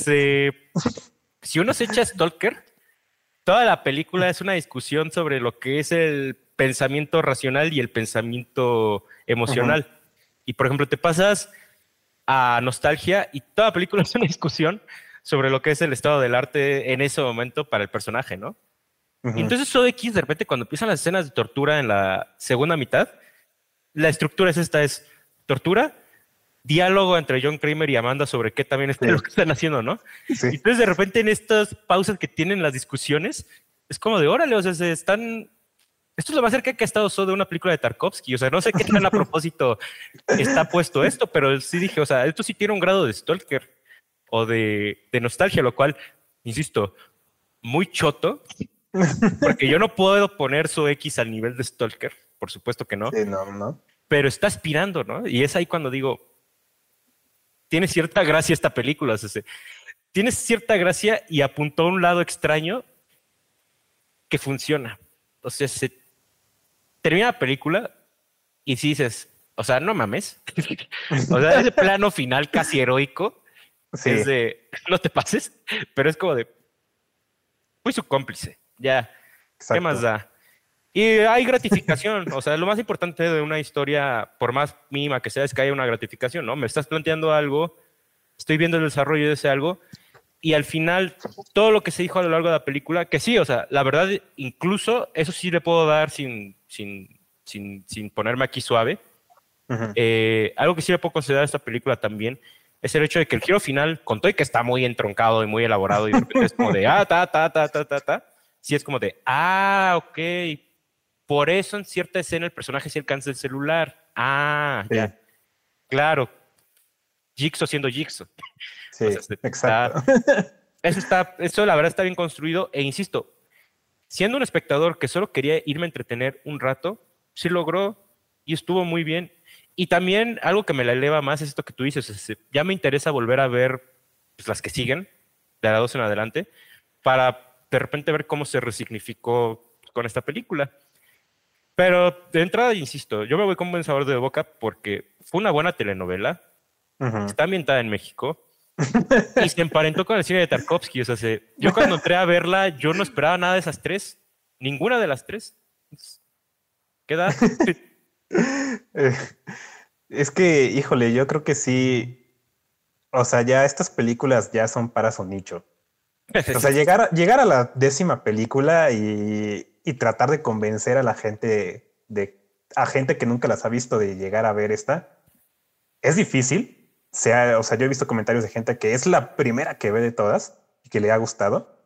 si uno se echa Stalker, toda la película es una discusión sobre lo que es el pensamiento racional y el pensamiento Ujú. emocional. Y, por ejemplo, te pasas a Nostalgia y toda la película es una discusión sobre lo que es el estado del arte en ese momento para el personaje, ¿no? Y Ujú. entonces X, de repente, cuando empiezan las escenas de tortura en la segunda mitad, la estructura es esta, es tortura, diálogo entre John Kramer y Amanda sobre qué también es lo Sí, que están haciendo, ¿no? Y sí, entonces de repente en estas pausas que tienen las discusiones, es como de órale, o sea, se están... Esto es lo más cerca que ha estado So de una película de Tarkovsky, o sea, no sé qué tan a propósito está puesto esto, pero sí dije, o sea, esto sí tiene un grado de stalker o de nostalgia, lo cual, insisto, muy choto, porque yo no puedo poner So X al nivel de stalker, por supuesto que no, sí, no, no. pero está aspirando, ¿no? Y es ahí cuando digo, tiene cierta gracia esta película, o sea, tiene cierta gracia y apuntó a un lado extraño que funciona. O sea, se termina la película y si dices, o sea, no mames. O sea, ese plano final casi heroico es Sí, de, no te pases, pero es como de, fui su cómplice, ya, ¿qué más exacto. da? Y hay gratificación, o sea, lo más importante de una historia, por más mínima que sea, es que haya una gratificación, ¿no? Me estás planteando algo, estoy viendo el desarrollo de ese algo, y al final, todo lo que se dijo a lo largo de la película, que sí, o sea, la verdad, incluso eso sí le puedo dar sin ponerme aquí suave. Ujú. Algo que sí le puedo considerar a esta película también es el hecho de que el giro final, con todo y que está muy entroncado y muy elaborado, y de repente es como de, sí es como de, ok, por eso en cierta escena el personaje sí alcanza el celular. Sí, Ya, claro, Jigsaw siendo Jigsaw. O sea, sí, exacto. eso la verdad está bien construido e insisto, siendo un espectador que solo quería irme a entretener un rato, sí logró y estuvo muy bien. Y también algo que me la eleva más es esto que tú dices, ya me interesa volver a ver pues, las que siguen, de la 2 en adelante, para de repente ver cómo se resignificó con esta película. Pero de entrada, insisto, yo me voy con buen sabor de boca porque fue una buena telenovela, Ujú. está ambientada en México, y se emparentó con el cine de Tarkovsky. O sea, yo cuando entré a verla, yo no esperaba nada de esas tres. Ninguna de las tres. ¿Qué da? Eh, Es que, híjole, yo creo que sí, o sea, ya estas películas ya son para su nicho. O sea, llegar a la décima película y tratar de convencer a la gente a gente que nunca las ha visto de llegar a ver esta, es difícil. O sea, yo he visto comentarios de gente que es la primera que ve de todas y que le ha gustado,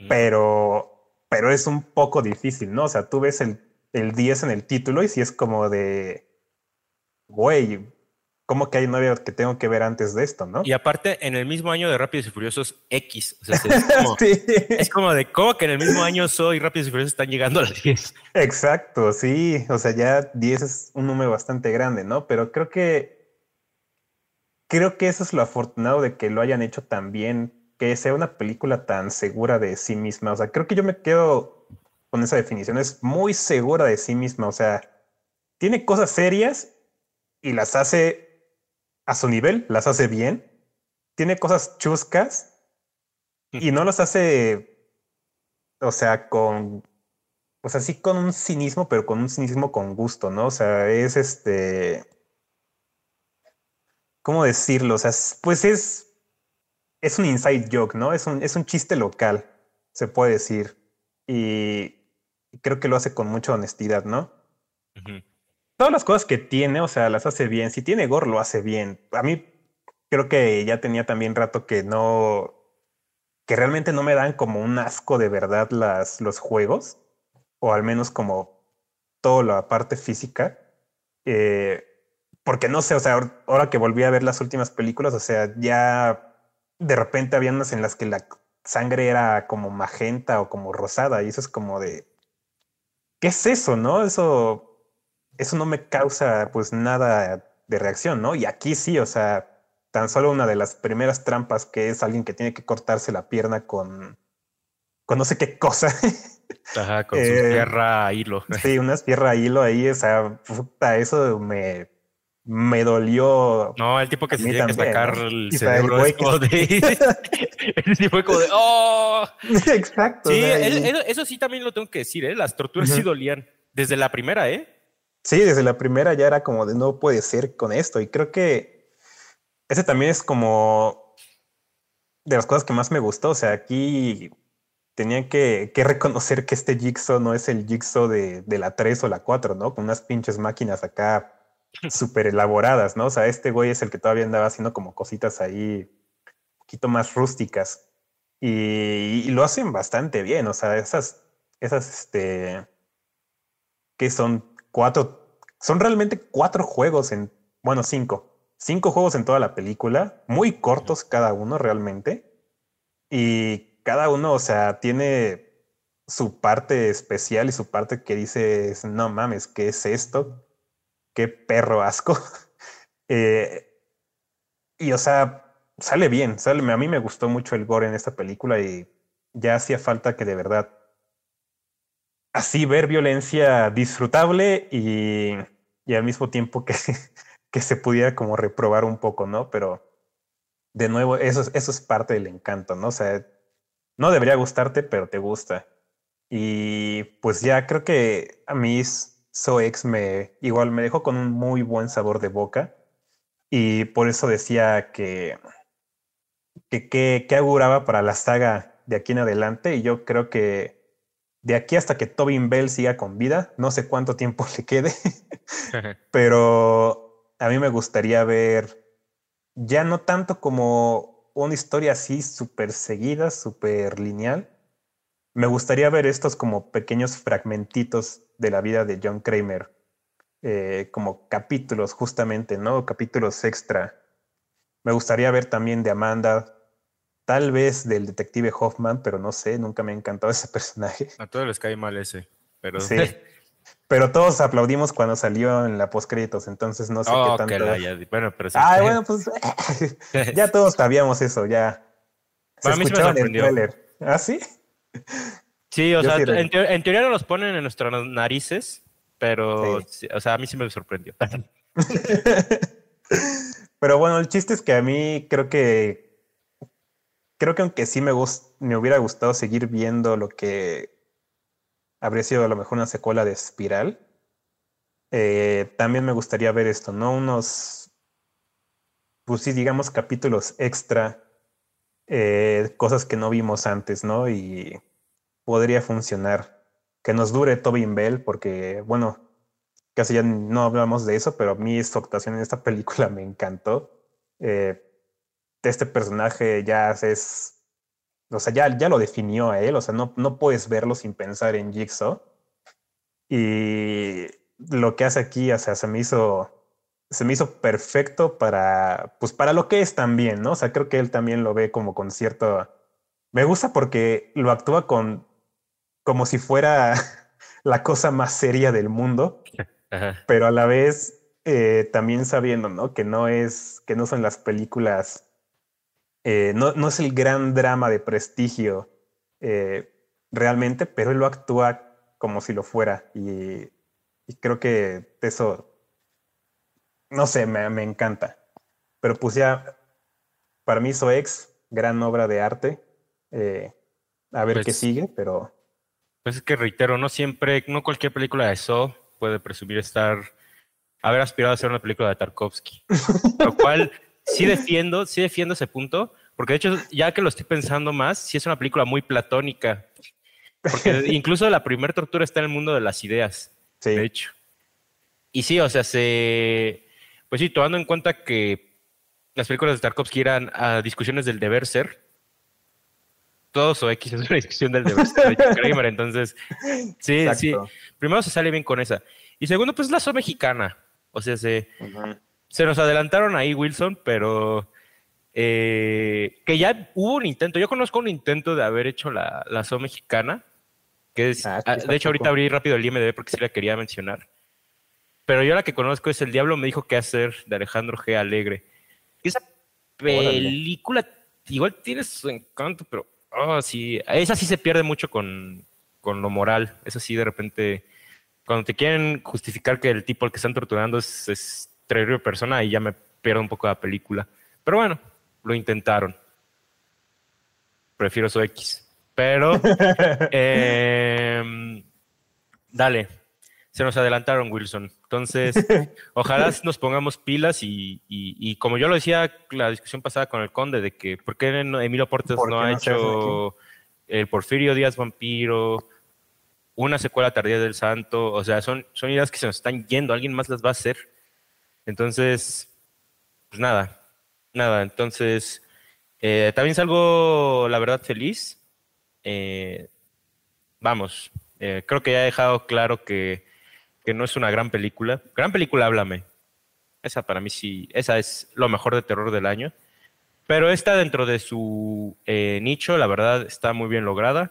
pero es un poco difícil, ¿no? O sea, tú ves el 10 en el título y si es como de, güey, ¿cómo que hay nueve que tengo que ver antes de esto, Y no? aparte, en el mismo año de Rápidos y Furiosos X. O sea, Sí, es como de, ¿cómo que en el mismo año Soy Rápidos y Furiosos están llegando a las 10? exacto, sí. O sea, ya 10 es un número bastante grande, ¿no? Pero creo que eso es lo afortunado de que lo hayan hecho tan bien, que sea una película tan segura de sí misma. O sea, creo que yo me quedo con esa definición. Es muy segura de sí misma. O sea, tiene cosas serias y las hace a su nivel, las hace bien. Tiene cosas chuscas y no las hace, o sea, o sea, sí con un cinismo, pero con un cinismo con gusto, ¿no? O sea, es ¿cómo decirlo? O sea, pues es un inside joke, ¿no? Es un chiste local, se puede decir. Y creo que lo hace con mucha honestidad, ¿no? Ujú. Todas las cosas que tiene, o sea, las hace bien. Si tiene gore, lo hace bien. A mí creo que ya tenía también rato que realmente no me dan como un asco de verdad los juegos, o al menos como toda la parte física. Eh, Porque no sé, o sea, ahora que volví a ver las últimas películas, o sea, ya de repente había unas en las que la sangre era como magenta o como rosada, y eso es como de, ¿qué es eso, no? Eso no me causa pues nada de reacción, ¿no? Y aquí sí, o sea, tan solo una de las primeras trampas que es alguien que tiene que cortarse la pierna con no sé qué cosa. Ajá, con su eh, sierra a hilo. sí, una fierra a hilo ahí, o sea, puta, eso me, me dolió No, el tipo que a se mí tiene que también, sacar ¿no? el O sea, el cerebro es güey que... como de... Ese sí fue como de... ¡Oh! Exacto, o Sí, sea, eso sí también lo tengo que decir, ¿eh? Las torturas sí Ujú. dolían. Desde la primera, ¿eh? Sí, desde la primera ya era como de no puede ser con esto. Y creo que ese también es como de las cosas que más me gustó. O sea, aquí tenían que reconocer que este Jigsaw no es el Jigsaw de la 3 o la 4, ¿no? Con unas pinches máquinas acá súper elaboradas, ¿no? O sea, este güey es el que todavía andaba haciendo como cositas ahí un poquito más rústicas. Y lo hacen bastante bien. O sea, que son son realmente cuatro juegos bueno, cinco juegos en toda la película, muy cortos cada uno realmente, y cada uno, o sea, tiene su parte especial y su parte que dices, no mames, ¿qué es esto? Qué perro asco. Eh, y o sea, sale bien, a mí me gustó mucho el gore en esta película y ya hacía falta que de verdad así ver violencia disfrutable y al mismo tiempo que, que se pudiera como reprobar un poco, ¿no? Pero de nuevo, eso es parte del encanto, ¿no? O sea, no debería gustarte, pero te gusta. Y pues ya creo que a mí Soex igual me dejó con un muy buen sabor de boca y por eso decía que auguraba para la saga de aquí en adelante y yo creo que de aquí hasta que Tobin Bell siga con vida, no sé cuánto tiempo le quede, pero a mí me gustaría ver ya no tanto como una historia así súper seguida, súper lineal. Me gustaría ver estos como pequeños fragmentitos de la vida de John Kramer, como capítulos justamente, ¿no? Capítulos extra. Me gustaría ver también de Amanda, tal vez del detective Hoffman, pero no sé, nunca me ha encantado ese personaje. A todos les cae mal ese, pero... Sí, pero todos aplaudimos cuando salió en la postcréditos, entonces no sé qué Oh, que tanto. la ya... Bueno, pero sí. Ay, bueno, pues ya todos sabíamos eso, ya se Bueno, a mí sí me escuchaba en el sorprendió. tráiler. ¿Ah, sí? Sí, o Yo sea, sí. en teoría no los ponen en nuestras narices, pero, Sí. sí, o sea, a mí sí me sorprendió. Pero bueno, el chiste es que a mí creo que aunque sí me hubiera gustado seguir viendo lo que habría sido a lo mejor una secuela de Espiral, también me gustaría ver esto, ¿no? Pues sí, digamos, capítulos extra, cosas que no vimos antes, ¿no? Y podría funcionar. Que nos dure Tobin Bell, porque, bueno, casi ya no hablamos de eso, pero a mí su actuación en esta película me encantó. Eh, este personaje o sea, ya lo definió a él, o sea, no puedes verlo sin pensar en Jigsaw. Y lo que hace aquí, o sea, se me hizo perfecto pues para lo que es también, ¿no? O sea, creo que él también lo ve como con cierto... Me gusta porque lo actúa como si fuera la cosa más seria del mundo, Ajá. pero a la vez también sabiendo, ¿no? Que no son las películas, no es el gran drama de prestigio eh, realmente, pero él lo actúa como si lo fuera y creo que eso, no sé, me encanta. Pero pues ya, para mí Ex gran obra de arte. eh, a ver qué Pues, sigue, pero pues es que reitero, no siempre, no cualquier película de Saw puede presumir haber aspirado a ser una película de Tarkovsky. Lo cual sí defiendo ese punto, porque de hecho, ya que lo estoy pensando más, sí es una película muy platónica, porque incluso la primera tortura está en el mundo de las ideas, de sí, hecho. Y sí, o sea, pues sí, tomando en cuenta que las películas de Tarkovsky eran discusiones del deber ser, todos o X es una discusión del deber ser de John Kramer, entonces, sí, sí, exacto. primero se sale bien con esa. Y segundo, pues la mexicana, o sea, Ujú. se nos adelantaron ahí Wilson, pero que ya hubo un intento. Yo conozco un intento de haber hecho la SO mexicana, que es, Ah, sí, de está hecho ahorita poco. abrí rápido el IMDb porque sí la quería mencionar. Pero yo la que conozco es El Diablo me dijo qué hacer de Alejandro G. Alegre. Esa Órale. película igual tiene su encanto, pero sí, esa sí se pierde mucho con lo moral. Esa sí de repente, cuando te quieren justificar que el tipo al que están torturando terrible persona y ya me pierdo un poco la película. Pero bueno, lo intentaron. Prefiero su X. Pero, dale, se nos adelantaron, Wilson. Entonces, ojalá nos pongamos pilas y como yo lo decía la discusión pasada con el Conde, de que ¿por qué Emilio Portes ¿Por no qué ha no se hacen aquí? hecho el Porfirio Díaz Vampiro, una secuela tardía del Santo? O sea, son ideas que se nos están yendo, alguien más las va a hacer. Entonces, pues nada. Entonces, también salgo, la verdad, feliz. Vamos, creo que ya he dejado claro que no es una gran película. Gran película, háblame. Esa para mí sí, esa es lo mejor de terror del año. Pero esta dentro de su nicho, la verdad, está muy bien lograda.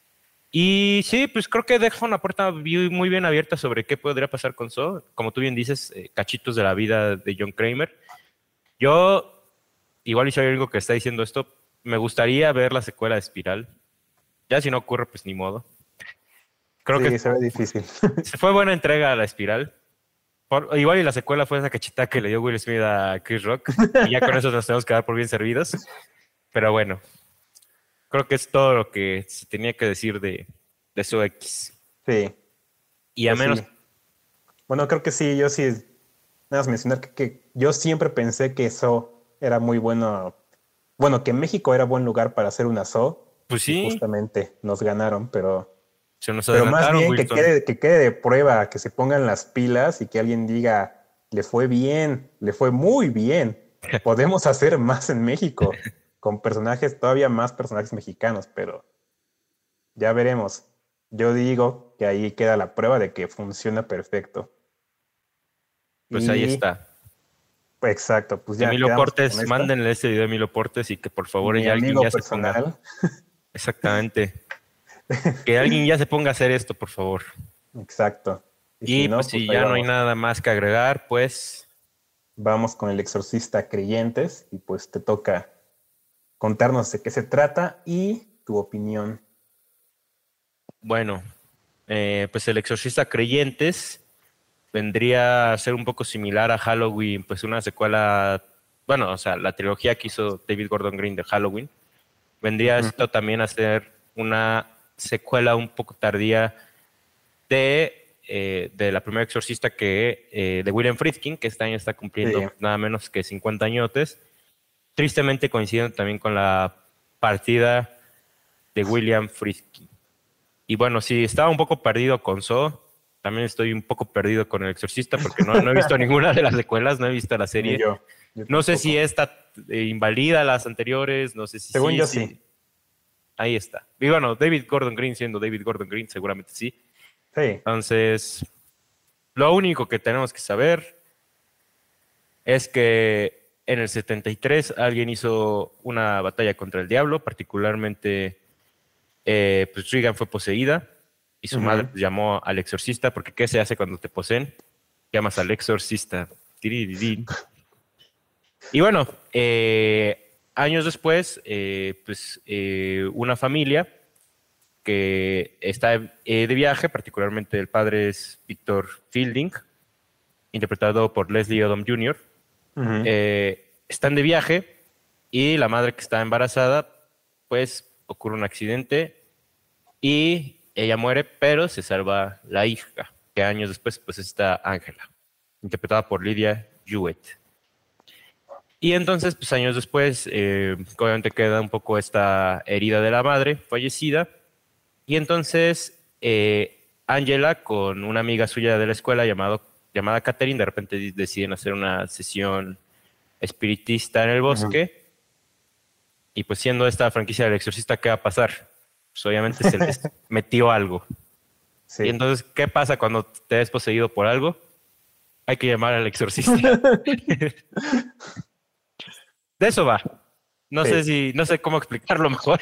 Y sí, pues creo que deja una puerta muy bien abierta sobre qué podría pasar con Saw. Como tú bien dices, cachitos de la vida de John Kramer. Yo, igual y soy el único que está diciendo esto, me gustaría ver la secuela de Espiral. Ya si no ocurre, pues ni modo. Creo que Sí, se ve difícil. fue buena entrega a la Espiral. Igual y la secuela fue esa cachita que le dio Will Smith a Chris Rock. Y ya con eso nos tenemos que dar por bien servidos. Pero bueno, creo que es todo lo que se tenía que decir de su X. Sí, Y a pues menos, sí. Bueno, creo que sí, yo sí, nada más mencionar que yo siempre pensé que eso era muy bueno. Bueno, que México era buen lugar para hacer una zoo pues y sí, justamente nos ganaron, se nos pero más adelantaron, bien Wilson. que quede de prueba, que se pongan las pilas y que alguien diga, le fue bien, le fue muy bien. Podemos hacer más en México con personajes, todavía más personajes mexicanos, pero ya veremos. Yo digo que ahí queda la prueba de que funciona perfecto. Pues ahí Y está. exacto, pues ya Emilio quedamos con Portes, esta. mándenle este video a Emilio Portes y que por favor Mi ya alguien ya amigo se ponga. personal. Exactamente. Que alguien ya se ponga a hacer esto, por favor. Exacto. Y si Y pues no, pues si ahí ya no hay vamos. nada más que agregar, pues Vamos con el exorcista creyentes y pues te toca contarnos de qué se trata y tu opinión. bueno, pues el Exorcista Creyentes vendría a ser un poco similar a Halloween, pues una secuela, bueno, o sea, la trilogía que hizo David Gordon Green de Halloween, vendría Ujú. esto también a ser una secuela un poco tardía de la primera Exorcista de William Friedkin, que este año está Sí, cumpliendo nada menos que 50 añotes, tristemente coincidiendo también con la partida de William Friedkin. Y bueno, sí, estaba un poco perdido con Saw. También estoy un poco perdido con El Exorcista porque no he visto ninguna de las secuelas, no he visto la ni serie. yo No sé si tampoco. esta invalida las anteriores, no sé si Según sí, yo sí. sí. Ahí está. Y bueno, David Gordon Green siendo David Gordon Green, seguramente sí. Sí. Entonces, lo único que tenemos que saber es que en el 73 alguien hizo una batalla contra el diablo, particularmente pues Regan fue poseída y su madre Ujú. pues, llamó al exorcista, porque ¿qué se hace cuando te poseen? Llamas al exorcista. Tiririrín. Y bueno, años después, una familia que está de viaje, particularmente el padre es Victor Fielding, interpretado por Leslie Odom Jr., Ujú. están de viaje y la madre que está embarazada, pues ocurre un accidente y ella muere, pero se salva la hija, que años después pues está Ángela, interpretada por Lydia Hewitt. Y entonces, pues años después, obviamente queda un poco esta herida de la madre fallecida. Y entonces, Angela, con una amiga suya de la escuela llamada Catherine, de repente deciden hacer una sesión espiritista en el Ujú. bosque. Y pues siendo esta franquicia del exorcista, ¿qué va a pasar? Pues obviamente se les metió algo. Y Sí. entonces, ¿qué pasa cuando te ves poseído por algo? Hay que llamar al exorcista. De eso va. Sí. No sé cómo explicarlo mejor.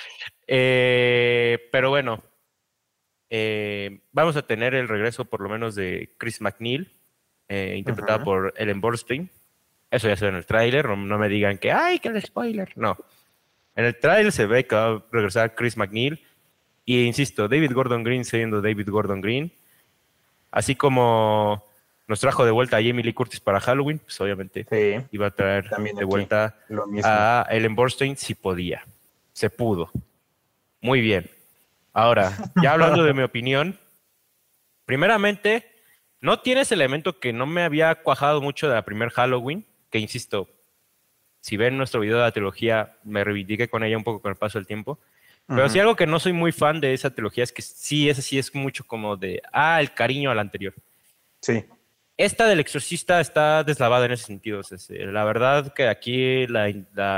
Pero bueno, vamos a tener el regreso por lo menos de Chris McNeil, interpretada Ujú. por Ellen Burstyn. Eso ya se ve en el tráiler, no me digan que, ¡ay, que el spoiler! No. En el tráiler se ve que va a regresar Chris McNeil. Y insisto, David Gordon Green siendo David Gordon Green. Así como nos trajo de vuelta a Jamie Lee Curtis para Halloween, pues obviamente iba a traer también de vuelta a Ellen Burstyn si podía. Se pudo. Muy bien. Ahora, ya hablando de mi opinión, primeramente, no tiene ese elemento que no me había cuajado mucho de la primer Halloween, que insisto, si ven nuestro video de la trilogía, me reivindiqué con ella un poco con el paso del tiempo. Pero sí algo que no soy muy fan de esa trilogía es que sí, esa sí es mucho como de, el cariño al anterior. Sí. Esta del Exorcista está deslavada en ese sentido. O sea, la verdad que aquí la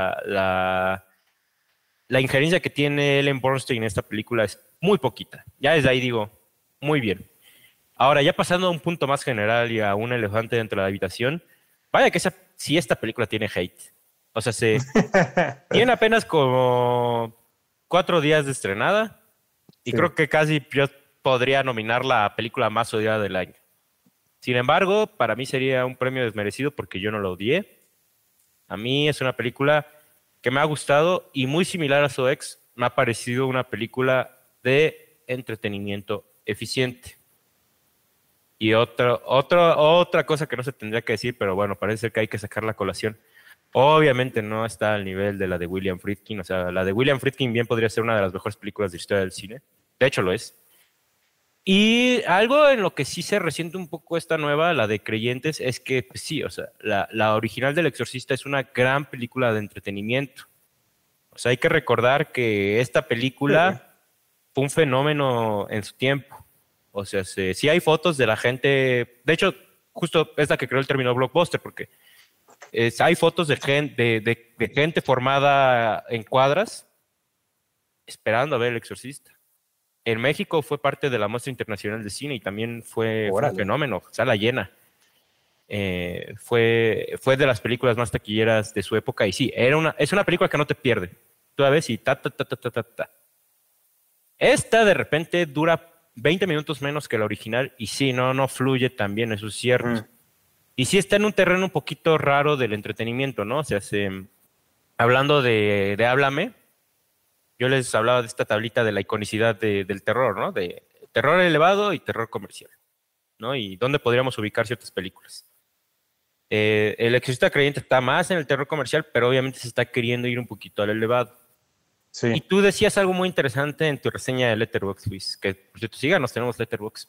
injerencia que tiene Ellen Burstyn en esta película es muy poquita. Ya desde ahí digo, muy bien. Ahora, ya pasando a un punto más general y a un elefante dentro de la habitación, vaya que sí esta película tiene hate. O sea, tiene apenas como 4 días de estrenada y creo que casi yo podría nominarla a película más odiada del año. Sin embargo, para mí sería un premio desmerecido porque yo no lo odié. A mí es una película que me ha gustado y muy similar a su ex, me ha parecido una película de entretenimiento eficiente. Y otra cosa que no se tendría que decir, pero bueno, parece ser que hay que sacar la colación. Obviamente no está al nivel de la de William Friedkin. O sea, la de William Friedkin bien podría ser una de las mejores películas de la historia del cine. De hecho, lo es. Y algo en lo que sí se resiente un poco esta nueva, la de Creyentes, es que pues sí, o sea, la original del Exorcista es una gran película de entretenimiento. O sea, hay que recordar que esta película fue un fenómeno en su tiempo. O sea, sí hay fotos de la gente. De hecho, justo es la que creó el término blockbuster, porque hay fotos de gente formada en cuadras esperando a ver El Exorcista. En México fue parte de la Muestra Internacional de Cine y también fue un fenómeno, sala llena. Fue de las películas más taquilleras de su época y sí, es una película que no te pierde. Tú la ves y ta. Esta de repente dura 20 minutos menos que la original y sí, no fluye tan bien, eso es cierto. Y sí está en un terreno un poquito raro del entretenimiento, ¿no? O sea, hablando de Háblame, yo les hablaba de esta tablita de la iconicidad del terror, ¿no? De terror elevado y terror comercial, ¿no? Y dónde podríamos ubicar ciertas películas. El Exorcista Creyente está más en el terror comercial, pero obviamente se está queriendo ir un poquito al elevado. Sí. Y tú decías algo muy interesante en tu reseña de Letterboxd, Luis, que por cierto, síganos, tenemos Letterboxd.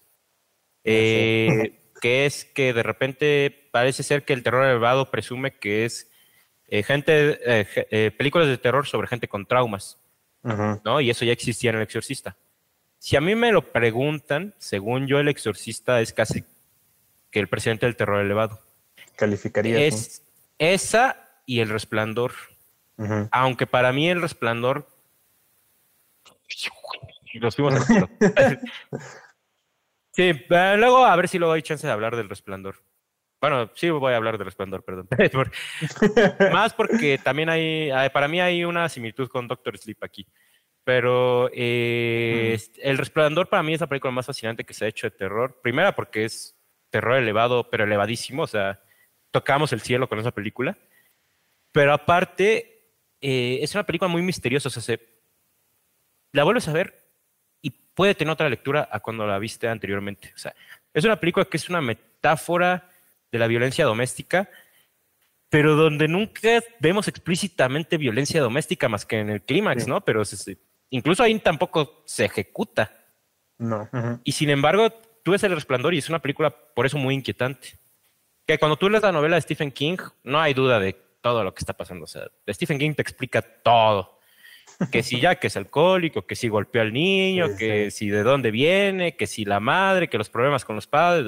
Que es que de repente parece ser que el terror elevado presume que es películas de terror sobre gente con traumas, ¿no? Y eso ya existía en El Exorcista. Si a mí me lo preguntan, según yo, El Exorcista es casi que el presidente del terror elevado. Calificaría. Es esa y El Resplandor. Aunque para mí El Resplandor... Nos fuimos al cielo. Sí, luego a ver si luego hay chance de hablar del Resplandor. Bueno, sí voy a hablar del Resplandor, perdón. Más porque también para mí hay una similitud con Doctor Sleep aquí. Pero El Resplandor para mí es la película más fascinante que se ha hecho de terror. Primera porque es terror elevado, pero elevadísimo. O sea, tocamos el cielo con esa película. Pero aparte, es una película muy misteriosa. O sea, la vuelves a ver y puede tener otra lectura a cuando la viste anteriormente. O sea, es una película que es una metáfora de la violencia doméstica, pero donde nunca vemos explícitamente violencia doméstica más que en el clímax, ¿no? Pero incluso ahí tampoco se ejecuta. No. Y sin embargo, tú ves El Resplandor y es una película por eso muy inquietante. Que cuando tú lees la novela de Stephen King, no hay duda de todo lo que está pasando. O sea, Stephen King te explica todo. Que si Jack es alcohólico, que si golpeó al niño, que si de dónde viene, que si la madre, que los problemas con los padres,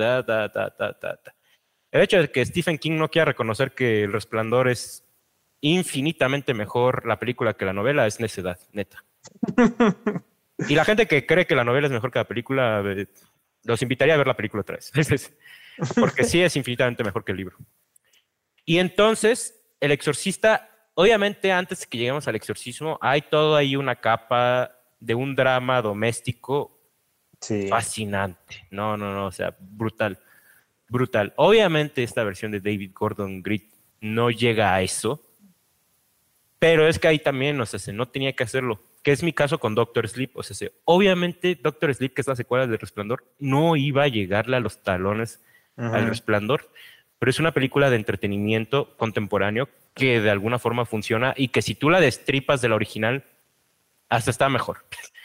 El hecho de que Stephen King no quiera reconocer que El Resplandor es infinitamente mejor la película que la novela es necedad, neta. Y la gente que cree que la novela es mejor que la película, los invitaría a ver la película otra vez. Porque sí es infinitamente mejor que el libro. Y entonces, El Exorcista... Obviamente, antes de que lleguemos al exorcismo, hay todo ahí una capa de un drama doméstico fascinante. No, o sea, brutal. Obviamente, esta versión de David Gordon Green no llega a eso, pero es que ahí también, o sea, no tenía que hacerlo, que es mi caso con Doctor Sleep. O sea, obviamente, Doctor Sleep, que es la secuela de Resplandor, no iba a llegarle a los talones al Resplandor, pero es una película de entretenimiento contemporáneo que de alguna forma funciona y que si tú la destripas de la original, hasta está mejor.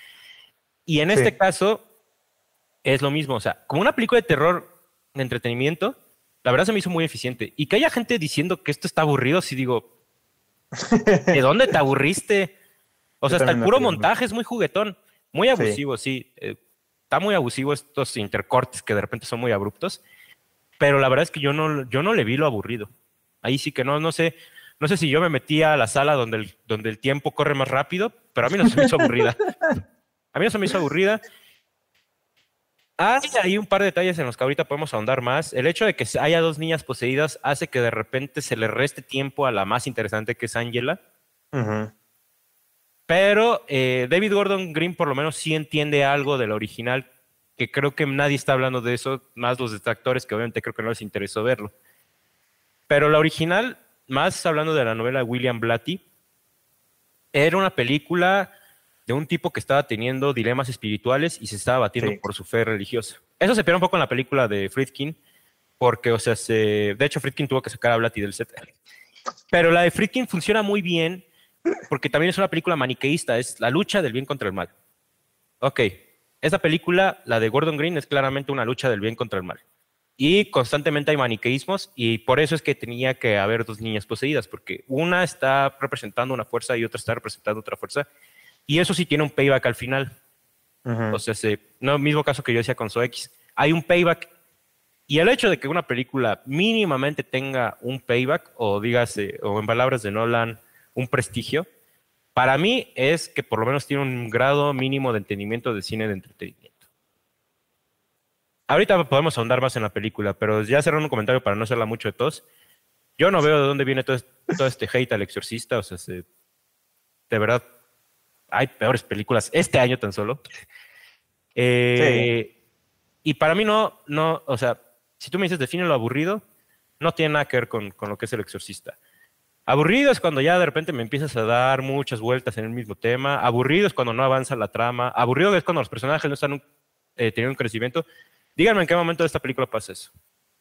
Y en este Sí. caso es lo mismo, o sea, como una película de terror de entretenimiento, la verdad se me hizo muy eficiente. Y que haya gente diciendo que esto está aburrido, sí digo, ¿de dónde te aburriste? O Yo sea, hasta el también me puro reí mucho. montaje es muy juguetón, muy Sí. abusivo, sí. Está muy abusivo estos intercortes que de repente son muy abruptos, pero la verdad es que yo no le vi lo aburrido. Ahí sí que no sé, no sé si yo me metí a la sala donde el tiempo corre más rápido, pero a mí no se me hizo aburrida. A mí no se me hizo aburrida. Hay un par de detalles en los que ahorita podemos ahondar más. El hecho de que haya dos niñas poseídas hace que de repente se le reste tiempo a la más interesante, que es Angela. Ujú. Pero David Gordon Green por lo menos sí entiende algo del original, que creo que nadie está hablando de eso, más los detractores que obviamente creo que no les interesó verlo. Pero la original, más hablando de la novela de William Blatty, era una película de un tipo que estaba teniendo dilemas espirituales y se estaba batiendo Sí. por su fe religiosa. Eso se pierde un poco en la película de Friedkin, porque, o sea, de hecho Friedkin tuvo que sacar a Blatty del set. Pero la de Friedkin funciona muy bien porque también es una película maniqueísta, es la lucha del bien contra el mal. Ok, esa película, la de Gordon Green, es claramente una lucha del bien contra el mal. Y constantemente hay maniqueísmos y por eso es que tenía que haber dos niñas poseídas, porque una está representando una fuerza y otra está representando otra fuerza. Y eso sí tiene un payback al final. O Ujú. sea, no, mismo caso que yo decía con X. Hay un payback. Y el hecho de que una película mínimamente tenga un payback, o dígase, o en palabras de Nolan, un prestigio, para mí es que por lo menos tiene un grado mínimo de entendimiento de cine de entretenimiento. Ahorita podemos ahondar más en la película, pero ya cerrando un comentario para no hacerla mucho de tos. Yo no veo de dónde viene todo este hate al Exorcista. O sea, de verdad, hay peores películas este año tan solo. Sí. Eh, y para mí o sea, si tú me dices define lo aburrido, no tiene nada que ver con lo que es el Exorcista. Aburrido es cuando ya de repente me empiezas a dar muchas vueltas en el mismo tema. Aburrido es cuando no avanza la trama. Aburrido es cuando los personajes no están teniendo un crecimiento. Díganme en qué momento de esta película pasa eso.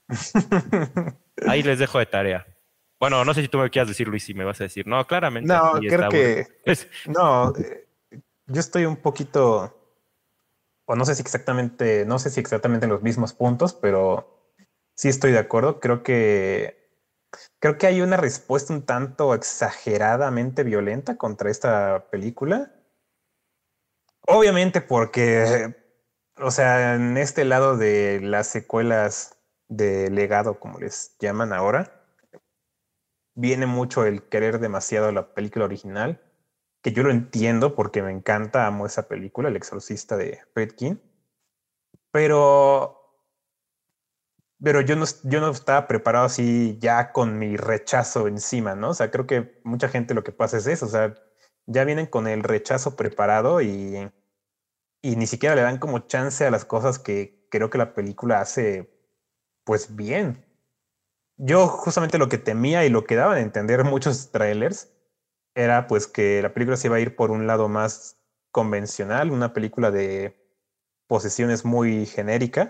Ahí les dejo de tarea. Bueno, no sé si tú me quieras decir, Luis, si me vas a decir, no, claramente No, así está creo aburrido. que no. Yo estoy un poquito, o no sé si exactamente, no sé si exactamente en los mismos puntos, pero sí estoy de acuerdo. Creo que hay una respuesta un tanto exageradamente violenta contra esta película. Obviamente porque, o sea, en este lado de las secuelas de legado, como les llaman ahora, viene mucho el querer demasiado la película original, que yo lo entiendo porque me encanta, amo esa película, El Exorcista de Friedkin, pero, pero yo no estaba preparado así ya con mi rechazo encima, ¿no? O sea, creo que mucha gente lo que pasa es eso, o sea, ya vienen con el rechazo preparado y ni siquiera le dan como chance a las cosas que creo que la película hace pues bien. Yo justamente lo que temía y lo que daban a entender muchos trailers era pues que la película se iba a ir por un lado más convencional, una película de posesiones muy genérica,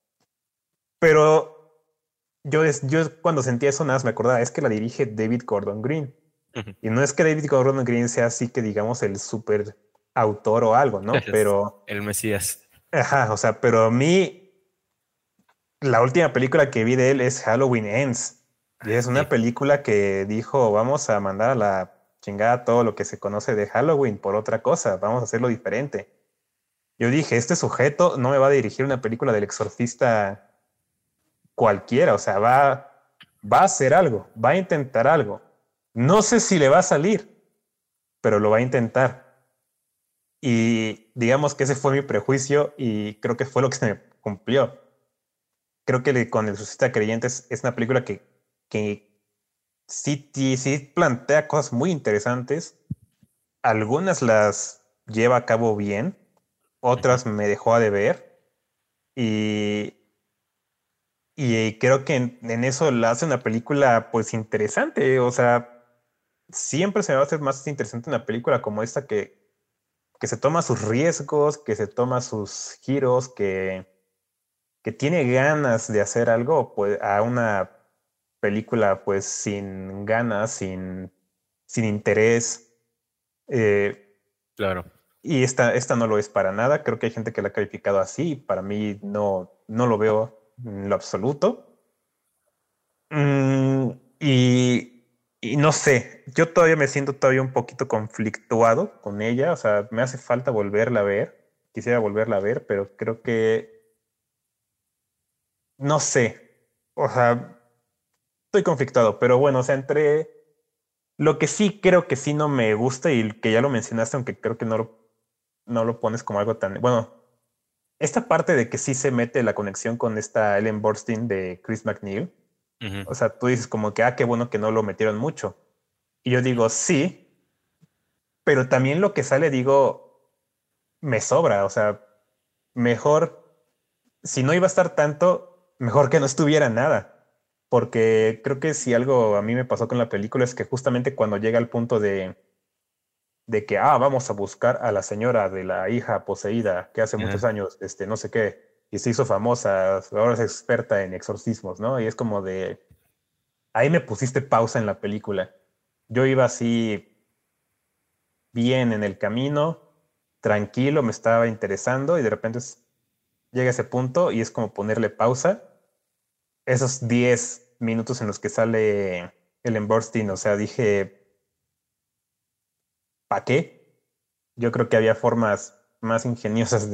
pero yo cuando sentía eso nada más me acordaba, es que la dirige David Gordon Green. Y no es que David Gordon Green sea así que digamos el super autor o algo, ¿no? Es Pero, el Mesías. ajá, o sea, pero a mí la última película que vi de él es Halloween Ends. Y es una Sí. película que dijo, vamos a mandar a la chingada todo lo que se conoce de Halloween por otra cosa, vamos a hacerlo diferente. Yo dije, este sujeto no me va a dirigir una película del exorcista cualquiera, o sea, va a hacer algo, va a intentar algo. No sé si le va a salir, pero lo va a intentar. Y digamos que ese fue mi prejuicio y creo que fue lo que se me cumplió. Creo que con El Exorcista Creyentes es una película que sí plantea cosas muy interesantes. Algunas las lleva a cabo bien, otras me dejó a deber. Y, y creo que en eso la hace una película pues interesante. O sea, siempre se me va a hacer más interesante una película como esta que se toma sus riesgos, que se toma sus giros, que tiene ganas de hacer algo, pues a una película pues sin ganas, sin interés. eh, Claro. y esta no lo es para nada. Creo que hay gente que la ha calificado así. Para mí no lo veo en lo absoluto. Mm, y no sé, yo todavía me siento todavía un poquito conflictuado con ella. O sea, me hace falta volverla a ver. Quisiera volverla a ver, pero creo que no sé. O sea, estoy conflictuado, pero bueno, o sea, entre lo que sí creo que sí no me gusta y que ya lo mencionaste, aunque creo que no lo pones como algo tan... Bueno, esta parte de que sí se mete la conexión con esta Ellen Burstyn de Chris McNeil, Ujú. o sea, tú dices como que, qué bueno que no lo metieron mucho. Y yo digo, sí, pero también lo que sale, digo, me sobra, o sea, mejor, si no iba a estar tanto, mejor que no estuviera nada. Porque creo que si algo a mí me pasó con la película es que justamente cuando llega al punto de que, vamos a buscar a la señora de la hija poseída que hace muchos Ajá. años, no sé qué, y se hizo famosa, ahora es experta en exorcismos, ¿no? Y es como de, ahí me pusiste pausa en la película. Yo iba así bien en el camino, tranquilo, me estaba interesando y de repente llega ese punto y es como ponerle pausa. Esos 10 minutos en los que sale Ellen Burstyn, o sea, dije, ¿para qué? Yo creo que había formas más ingeniosas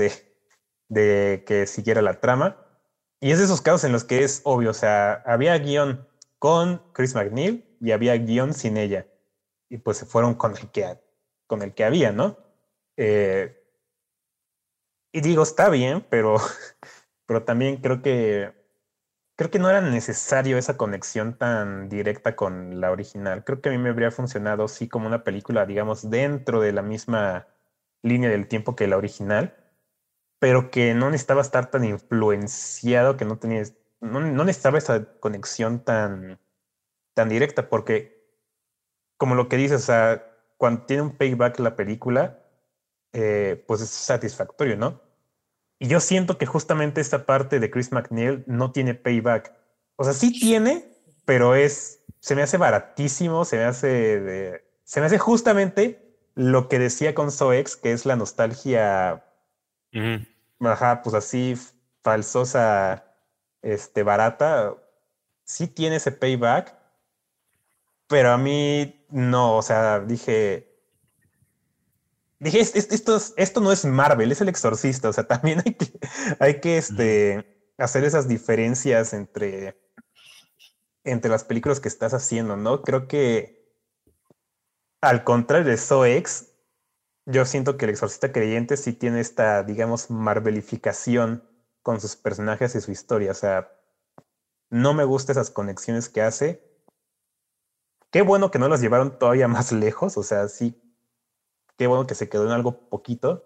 de que siguiera la trama. Y es de esos casos en los que es obvio, o sea, había guión con Chris McNeil y había guión sin ella. Y pues se fueron con el que había, ¿no? Eh, y digo, está bien, pero también creo que no era necesario esa conexión tan directa con la original. Creo que a mí me habría funcionado, sí, como una película, digamos, dentro de la misma línea del tiempo que la original, pero que no necesitaba estar tan influenciado, que no necesitaba esa conexión tan directa, porque como lo que dices, o sea, cuando tiene un payback la película, pues es satisfactorio, ¿no? Y yo siento que justamente esta parte de Chris McNeil no tiene payback. O sea, sí tiene, pero se me hace baratísimo, se me hace justamente lo que decía con Soex, que es la nostalgia, Ujú. ajá, pues así falsosa, barata. Sí tiene ese payback, pero a mí no, o sea, dije, esto no es Marvel, es El Exorcista, o sea, también hay que Ujú. hacer esas diferencias entre las películas que estás haciendo, ¿no? Creo que al contrario de Saw X, yo siento que El Exorcista Creyente sí tiene esta, digamos, marvelificación con sus personajes y su historia, o sea, no me gustan esas conexiones que hace. Qué bueno que no las llevaron todavía más lejos, o sea, sí, qué bueno que se quedó en algo poquito,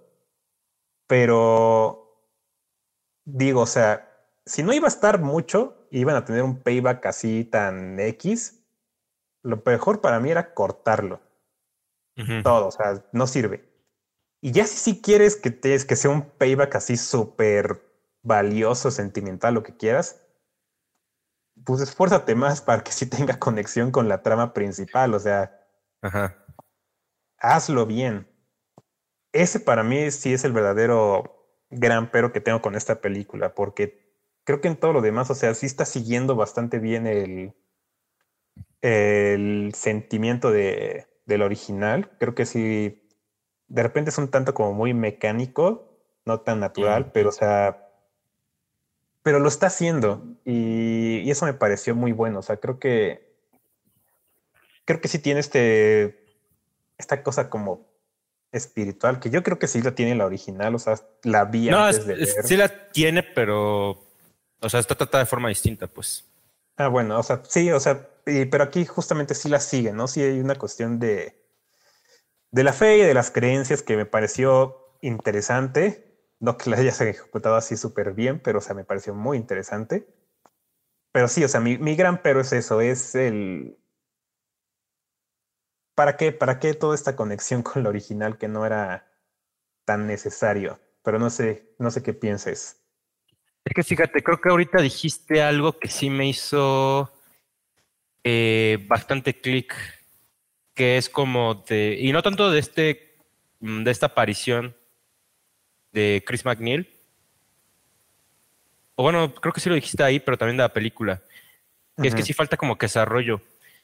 pero digo, o sea, si no iba a estar mucho, iban a tener un payback así tan X, lo mejor para mí era cortarlo Ujú. todo, o sea, no sirve. Y ya si quieres que sea un payback así súper valioso, sentimental, lo que quieras, pues esfuérzate más para que sí tenga conexión con la trama principal, o sea, Ajá. hazlo bien. Ese para mí sí es el verdadero gran pero que tengo con esta película, porque creo que en todo lo demás, o sea, sí está siguiendo bastante bien el sentimiento del original. Creo que sí, de repente es un tanto como muy mecánico, no tan natural, pero o Ujú. sea, pero lo está haciendo y eso me pareció muy bueno. O sea, creo que sí tiene esta cosa como espiritual, que yo creo que sí la tiene la original, o sea, la vi No, antes de sí ver. la tiene, pero, o sea, está tratada de forma distinta, pues. Bueno, o sea, sí, o sea, pero aquí justamente sí la sigue, ¿no? Sí hay una cuestión de la fe y de las creencias que me pareció interesante. No que la hayas ejecutado así súper bien, pero o sea, me pareció muy interesante. Pero sí, o sea, mi gran pero es eso, es el... ¿Para qué toda esta conexión con lo original que no era tan necesario? Pero no sé qué pienses. Es que fíjate, creo que ahorita dijiste algo que sí me hizo bastante clic, que es como de, y no tanto de de esta aparición de Chris McNeil, o bueno, creo que sí lo dijiste ahí, pero también de la película, que es que Ujú, sí falta como que desarrollo.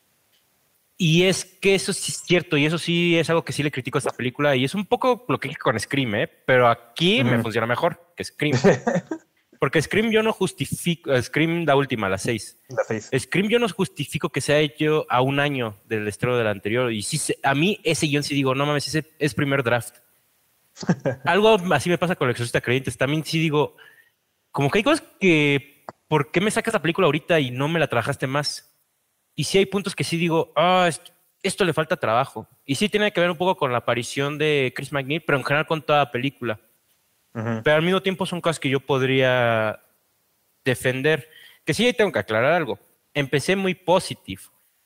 Y es que eso sí es cierto, y eso sí es algo que sí le critico a esta película, y es un poco lo que dije con Scream, ¿eh? Pero aquí me ujú. funciona mejor que Scream. Porque Scream yo no justifico, Scream la última, la 6. La 6. Scream yo no justifico que se haya hecho a un año del estreno del anterior. Y sí, a mí ese guión sí digo, no mames, ese es primer draft. Algo así me pasa con el Exorcista Creyentes. También sí digo, como que hay cosas que, ¿por qué me sacas la película ahorita y no me la trabajaste más? Y sí hay puntos que sí digo, esto le falta trabajo. Y sí tiene que ver un poco con la aparición de Chris McNeil, pero en general con toda la película. Ujú. Pero al mismo tiempo son cosas que yo podría defender. Que sí, tengo que aclarar algo. Empecé muy positive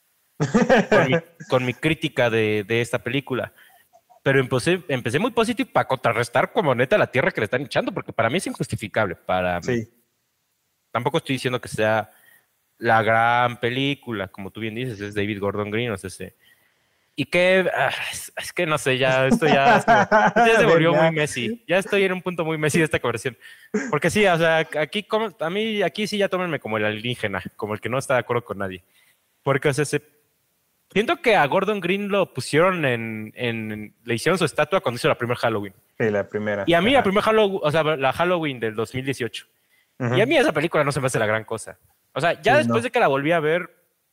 con mi crítica de esta película, pero empecé muy positivo para contrarrestar como neta la tierra que le están echando, porque para mí es injustificable. Para mí. Sí, Tampoco estoy diciendo que sea la gran película, como tú bien dices, es David Gordon Green, o sea, y que es que no sé, ya esto ya a se ver, volvió muy ya. Messi. Ya estoy en un punto muy Messi de esta conversación. Porque sí, o sea, aquí a mí aquí sí ya tómenme como el alienígena, como el que no está de acuerdo con nadie. Porque o sea, siento que a Gordon Green lo pusieron le hicieron su estatua cuando hizo la primera Halloween. Sí, la primera. Y a mí la Ajá. primera Halloween, o sea, la Halloween del 2018. Y a Ujú. mí esa película no se me hace la gran cosa. O sea, ya Sí, después no. de que la volví a ver,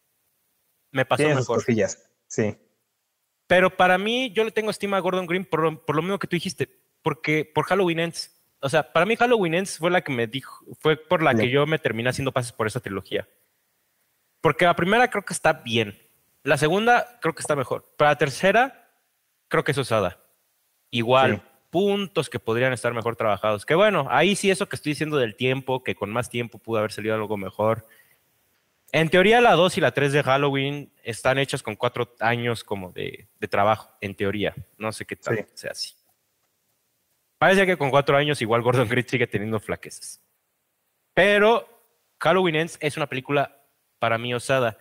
me pasó Tiene sus mejor. cosillas. Sí. Pero para mí, yo le tengo estima a Gordon Green por lo mismo que tú dijiste, porque por Halloween Ends. O sea, para mí Halloween Ends fue la que me dijo, fue por la Sí. que yo me terminé haciendo pases por esa trilogía. Porque la primera creo que está bien. La segunda creo que está mejor. Pero la tercera creo que es osada. Sí. Igual, puntos que podrían estar mejor trabajados. Que bueno, ahí sí eso que estoy diciendo del tiempo, que con más tiempo pudo haber salido algo mejor. En teoría, la 2 y la 3 de Halloween están hechas con 4 años como de trabajo, en teoría. No sé qué Sí. tanto sea así. Parece que con 4 años igual Gordon Green sigue teniendo flaquezas. Pero Halloween Ends es una película para mí osada.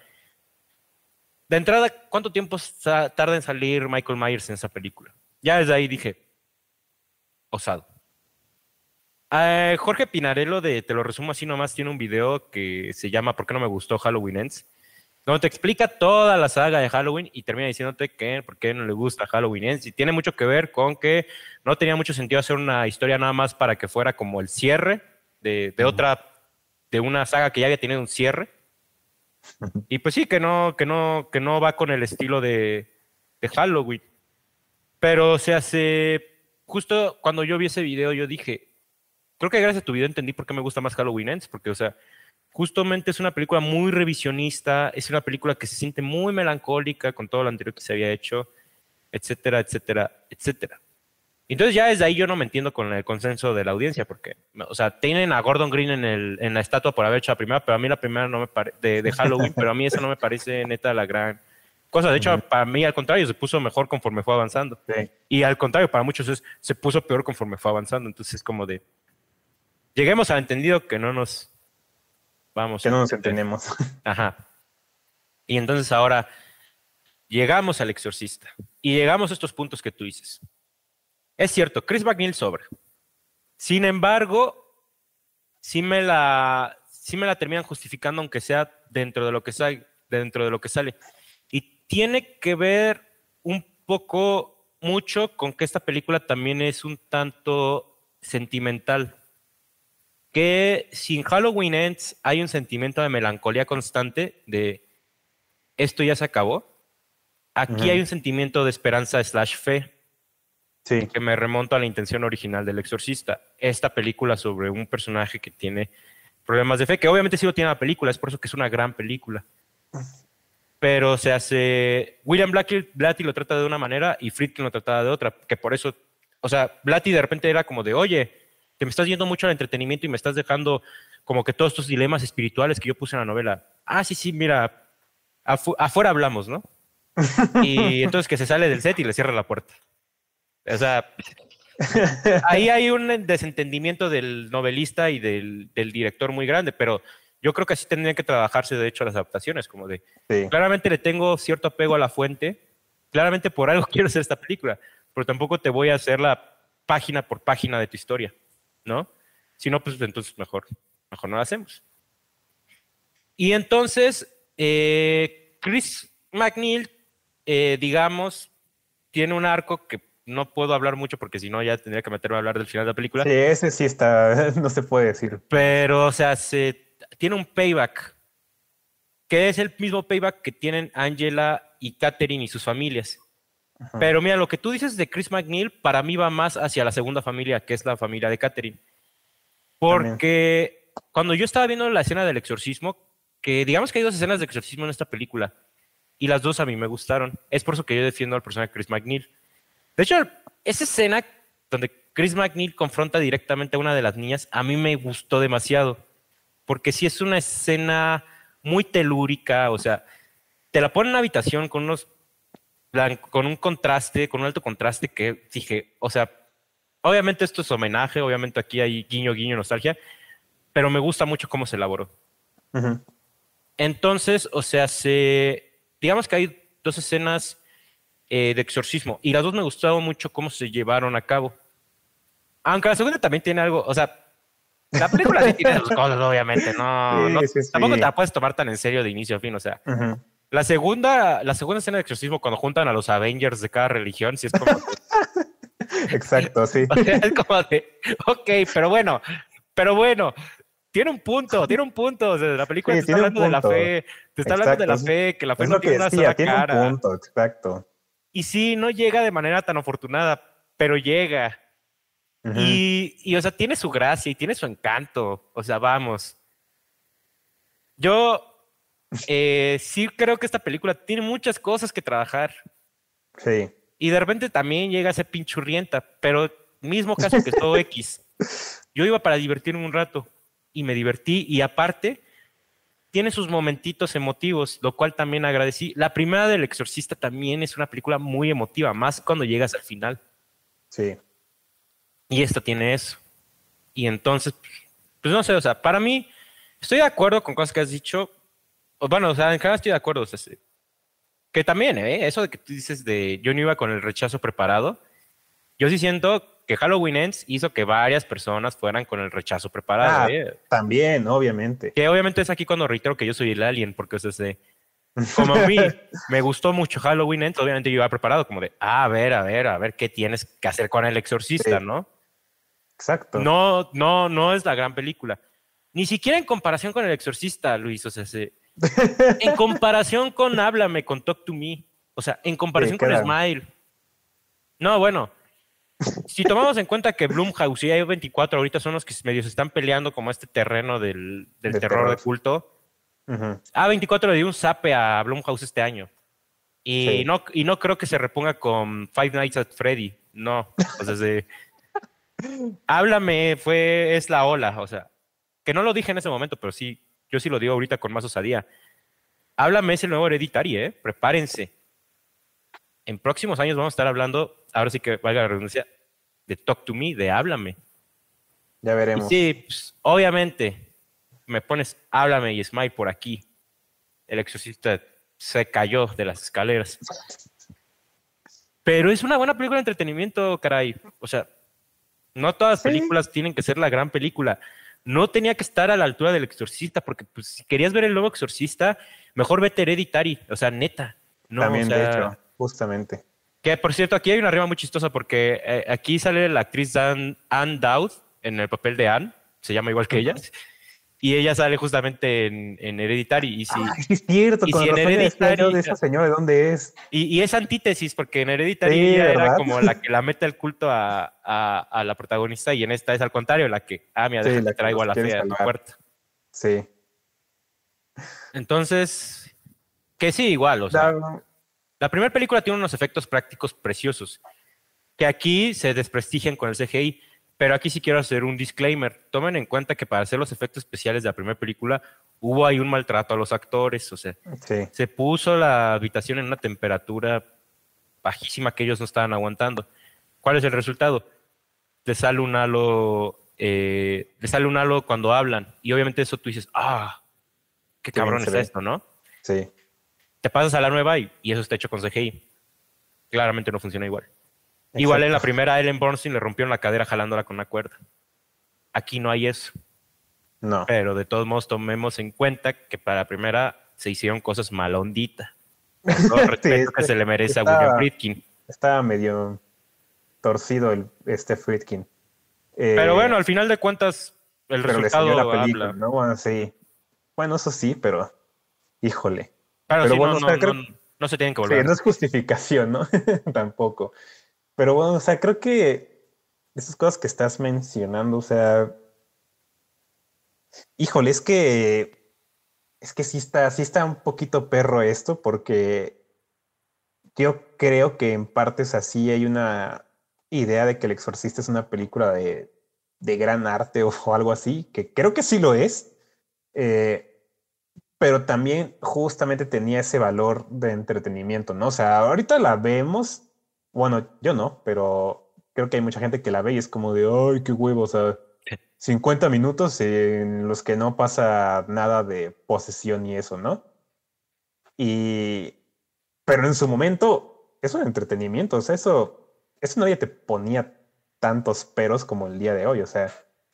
De entrada, ¿cuánto tiempo tarda en salir Michael Myers en esa película? Ya desde ahí dije, osado. Jorge Pinarello de Te lo resumo así nomás tiene un video que se llama ¿Por qué no me gustó Halloween Ends? Donde te explica toda la saga de Halloween y termina diciéndote que por qué no le gusta Halloween Ends. Y tiene mucho que ver con que no tenía mucho sentido hacer una historia nada más para que fuera como el cierre Ujú. de una saga que ya había tenido un cierre. Ujú. Y pues sí, que no va con el estilo de Halloween. Pero se hace, justo cuando yo vi ese video, yo dije, creo que gracias a tu video entendí por qué me gusta más Halloween Ends, porque, o sea, justamente es una película muy revisionista, es una película que se siente muy melancólica con todo lo anterior que se había hecho, etcétera, etcétera, etcétera. Entonces ya desde ahí yo no me entiendo con el consenso de la audiencia, porque, o sea, tienen a Gordon Green en la estatua por haber hecho la primera, pero a mí la primera no me parece, de Halloween, pero a mí esa no me parece neta la gran cosa. De hecho, Ujú. para mí al contrario, se puso mejor conforme fue avanzando. Sí. Y al contrario, para muchos se puso peor conforme fue avanzando. Entonces es como de, lleguemos al entendido que no nos vamos Que a no nos entender. entendemos. Ajá. Y entonces ahora llegamos al exorcista y llegamos a estos puntos que tú dices. Es cierto, Chris McNeil sobra. Sin embargo, sí me la terminan justificando, aunque sea dentro de lo que sale. Y tiene que ver un poco, mucho, con que esta película también es un tanto sentimental. Que sin Halloween Ends hay un sentimiento de melancolía constante de esto ya se acabó. Aquí hay Ujú. un sentimiento de esperanza slash fe Sí. que me remonto a la intención original del Exorcista. Esta película sobre un personaje que tiene problemas de fe, que obviamente sí lo tiene la película, es por eso que es una gran película. Pero se hace. William Blatty lo trata de una manera y Friedkin lo trataba de otra, que por eso. O sea, Blatty de repente era como de, oye, te me estás yendo mucho al entretenimiento y me estás dejando como que todos estos dilemas espirituales que yo puse en la novela. Ah, sí, sí, mira, afuera hablamos, ¿no? Y entonces que se sale del set y le cierra la puerta. O sea, Ahí hay un desentendimiento del novelista y del director muy grande, pero yo creo que así tendrían que trabajarse, de hecho, las adaptaciones, como de, Sí. claramente le tengo cierto apego a la fuente, claramente por algo quiero hacer esta película, pero tampoco te voy a hacer la página por página de tu historia, ¿no? Si no, pues entonces mejor no la hacemos. Y entonces, Chris McNeil, digamos, tiene un arco que no puedo hablar mucho porque si no ya tendría que meterme a hablar del final de la película. Sí, ese sí está, no se puede decir. Pero, o sea, tiene un payback, que es el mismo payback que tienen Angela y Catherine y sus familias. Ajá. Pero mira, lo que tú dices de Chris McNeil, para mí va más hacia la segunda familia, que es la familia de Catherine. También. Porque cuando yo estaba viendo la escena del exorcismo, que digamos que hay dos escenas de exorcismo en esta película, y las dos a mí me gustaron. Es por eso que yo defiendo al personaje de Chris McNeil. De hecho, esa escena donde Chris McNeil confronta directamente a una de las niñas, a mí me gustó demasiado. Porque sí es una escena muy telúrica, o sea, te la pone en una habitación con con un contraste, con un alto contraste que dije, o sea, obviamente esto es homenaje, obviamente aquí hay guiño, guiño, nostalgia, pero me gusta mucho cómo se elaboró. Ujú. Entonces, o sea, digamos que hay dos escenas de exorcismo y las dos me gustaron mucho cómo se llevaron a cabo. Aunque la segunda también tiene algo, o sea, la película sí tiene sus cosas, obviamente, no, Sí, sí, tampoco te sí. la puedes tomar tan en serio de inicio a fin, o sea, Ujú. la segunda escena de exorcismo cuando juntan a los Avengers de cada religión, sí es como, Exacto, sí. o sea, es como de, ok, pero bueno, tiene un punto, o sea, la película Sí, te está tiene un hablando de la punto. fe, te está hablando de Exacto. la fe, que la fe Es no lo que tiene una decía, sola tiene un cara, punto, exacto. y sí, no llega de manera tan afortunada, pero llega. Ujú. O sea, tiene su gracia y tiene su encanto. O sea, vamos. Yo sí creo que esta película tiene muchas cosas que trabajar. Sí. Y de repente también llega a ser pinchurrienta. Pero mismo caso que todo X. Yo iba para divertirme un rato y me divertí. Y aparte, tiene sus momentitos emotivos, lo cual también agradecí. La primera del Exorcista también es una película muy emotiva, más cuando llegas al final. Sí. Y esta tiene eso. Y entonces, pues no sé, o sea, para mí, estoy de acuerdo con cosas que has dicho. Bueno, o sea, en general estoy de acuerdo. O sea, sí. Que también, eso de que tú dices de yo no iba con el rechazo preparado. Yo sí siento que Halloween Ends hizo que varias personas fueran con el rechazo preparado, Ah, también, obviamente. Que obviamente es aquí cuando reitero que yo soy el alien, porque, o sea, como a mí me gustó mucho Halloween Ends, obviamente yo iba preparado, como de, a ver, ¿qué tienes que hacer con el exorcista, Sí, no? exacto. No es la gran película. Ni siquiera en comparación con El Exorcista, Luis. O sea, en comparación con Háblame, con Talk to Me. O sea, en Sí, comparación con queda. Smile. No, bueno, si tomamos en cuenta que Blumhouse y A24 ahorita son los que medio se están peleando como este terreno del De terror de terror. culto, Ujú. A24 le dio un zape a Blumhouse este año. Sí. Y no creo que se reponga con Five Nights at Freddy. No. O sea, Háblame es la ola. O sea, que no lo dije en ese momento, pero sí, yo sí lo digo ahorita con más osadía. Háblame es el nuevo Hereditary, ¿eh? Prepárense. En próximos años vamos a estar hablando, ahora sí que valga la redundancia, de Talk to Me, de Háblame. Ya Y veremos. sí, pues, obviamente, me pones Háblame y Smile por aquí. El exorcista se cayó de las escaleras. Pero es una buena película de entretenimiento, caray. O sea, no todas las Sí, películas tienen que ser la gran película. No tenía que estar a la altura del Exorcista, porque pues, si querías ver el nuevo Exorcista, mejor vete Hereditary. O sea, neta. No, o también, de hecho, sea. justamente. Que por cierto, aquí hay una rima muy chistosa porque aquí sale la actriz Anne Dowd en el papel de Anne, se llama igual que ella, Ujú. y ella sale justamente en Hereditary. Ay, sí es cierto, Y con si en razón ya decía yo Hereditary, de esa señora de dónde es. y es antítesis, porque en Hereditary Sí, ella era ¿verdad? como la que la mete el culto a la protagonista, y en esta es al contrario, la que, mira, Sí, déjate la que traigo a los la quiere fea a tu salvar. puerta. Sí. Entonces, que sí, igual, o sea, Da- la primera película tiene unos efectos prácticos preciosos, que aquí se desprestigian con el CGI, pero aquí sí quiero hacer un disclaimer. Tomen en cuenta que para hacer los efectos especiales de la primera película hubo ahí un maltrato a los actores, o sea, sí. se puso la habitación en una temperatura bajísima que ellos no estaban aguantando. ¿Cuál es el resultado? le sale un halo cuando hablan. Y obviamente eso tú dices, qué Qué bien cabrón se está ve. esto, ¿no? Sí. Te pasas a la nueva y eso está hecho con CGI. Claramente no funciona igual. Igual en Exacto. la primera, a Ellen Bernstein le rompieron la cadera jalándola con una cuerda. Aquí no hay eso. No. Pero de todos modos, tomemos en cuenta que para la primera se hicieron cosas malonditas. Con todo el Sí, respeto que se le merece a William estaba, Friedkin. estaba medio torcido este Friedkin. Pero Eh, bueno, al final de cuentas, el pero le salió la resultado película, habla. ¿no? Bueno, sí. Bueno, eso sí, pero híjole. Pero Pero sí, bueno, o sea, creo, no se tienen que sí, volver a no es repetir. justificación, ¿no? Tampoco. Pero bueno, o sea, creo que esas cosas que estás mencionando, o sea, híjole, es que sí está un poquito perro esto, porque yo creo que en partes así hay una idea de que El Exorcista es una película de gran arte o algo así, que creo que sí lo es, eh, pero también justamente tenía ese valor de entretenimiento, ¿no? O sea, ahorita la vemos, bueno, yo no, pero creo que hay mucha gente que la ve y es como de, ay, qué huevo, o sea, 50 minutos en los que no pasa nada de posesión y eso, ¿no? Y, pero en su momento, es un entretenimiento, o sea, eso nadie te ponía tantos peros como el día de hoy, o sea,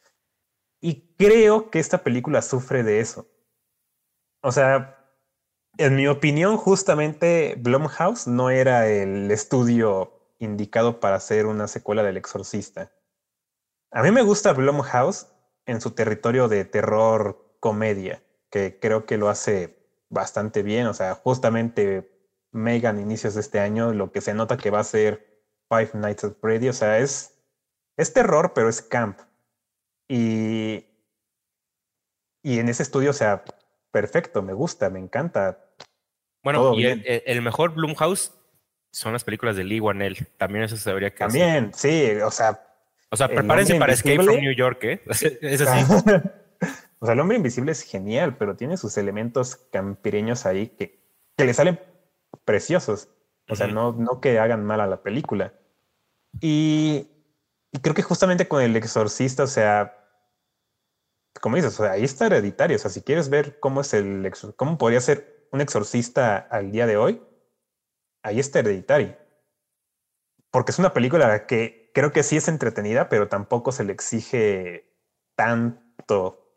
y creo que esta película sufre de eso. O sea, en mi opinión, justamente Blumhouse no era el estudio indicado para hacer una secuela del Exorcista. A mí me gusta Blumhouse en su territorio de terror comedia, que creo que lo hace bastante bien. O sea, justamente Megan inicios de este año, lo que se nota que va a ser Five Nights at Freddy, o sea, es terror, pero es camp. Y, y en ese estudio, o sea, perfecto, me gusta, me encanta, Bueno, todo y bien. el mejor Blumhouse son las películas de Lee Whannell. También eso se debería que decir. También, sí, o sea, O sea, el prepárense hombre para Escape from New invisible. York, ¿eh? Es así. O sea, el hombre invisible es genial, pero tiene sus elementos campireños ahí que le salen preciosos. O sea, Ujú. no que hagan mal a la película. Y, y creo que justamente con El Exorcista, o sea, como dices, o sea, ahí está Hereditario. O sea, si quieres ver cómo es cómo podría ser un exorcista al día de hoy, ahí está Hereditario. Porque es una película que creo que sí es entretenida, pero tampoco se le exige tanto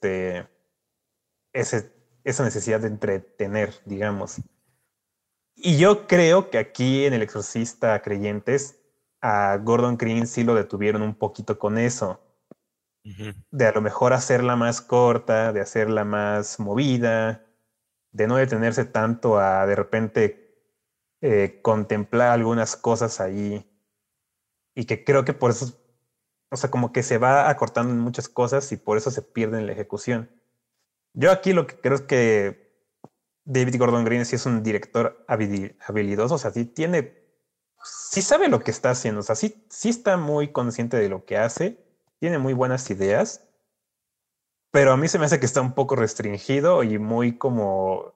esa necesidad de entretener, digamos. Y yo creo que aquí en El Exorcista Creyentes a Gordon Green sí lo detuvieron un poquito con eso, Ujú. de a lo mejor hacerla más corta, de hacerla más movida, de no detenerse tanto a de repente contemplar algunas cosas ahí y que creo que por eso, o sea, como que se va acortando en muchas cosas y por eso se pierde en la ejecución. Yo aquí lo que creo es que David Gordon Green sí es un director habilidoso, o sea, sí sabe lo que está haciendo, o sea, sí está muy consciente de lo que hace, tiene muy buenas ideas, pero a mí se me hace que está un poco restringido y muy como,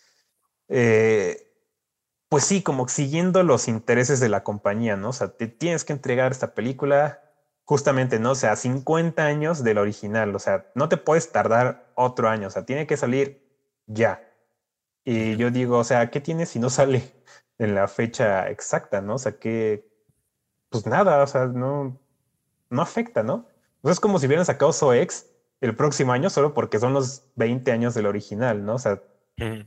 eh, pues sí, como siguiendo los intereses de la compañía, ¿no? O sea, te tienes que entregar esta película justamente, ¿no? O sea, 50 años del original, o sea, no te puedes tardar otro año, o sea, tiene que salir ya. Y Ujú. yo digo, o sea, ¿qué tiene si no sale en la fecha exacta, ¿no? O sea, que, pues nada, o sea, no afecta, ¿no? O sea, es como si hubieran sacado SOEX el próximo año solo porque son los 20 años del original, ¿no? O sea, Ujú.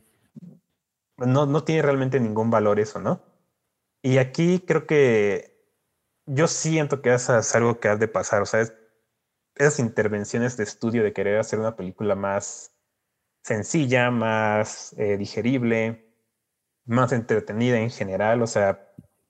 no tiene realmente ningún valor eso, ¿no? Y aquí creo que yo siento que eso es algo que ha de pasar, o sea, esas intervenciones de estudio de querer hacer una película más sencilla, más digerible, más entretenida en general, o sea,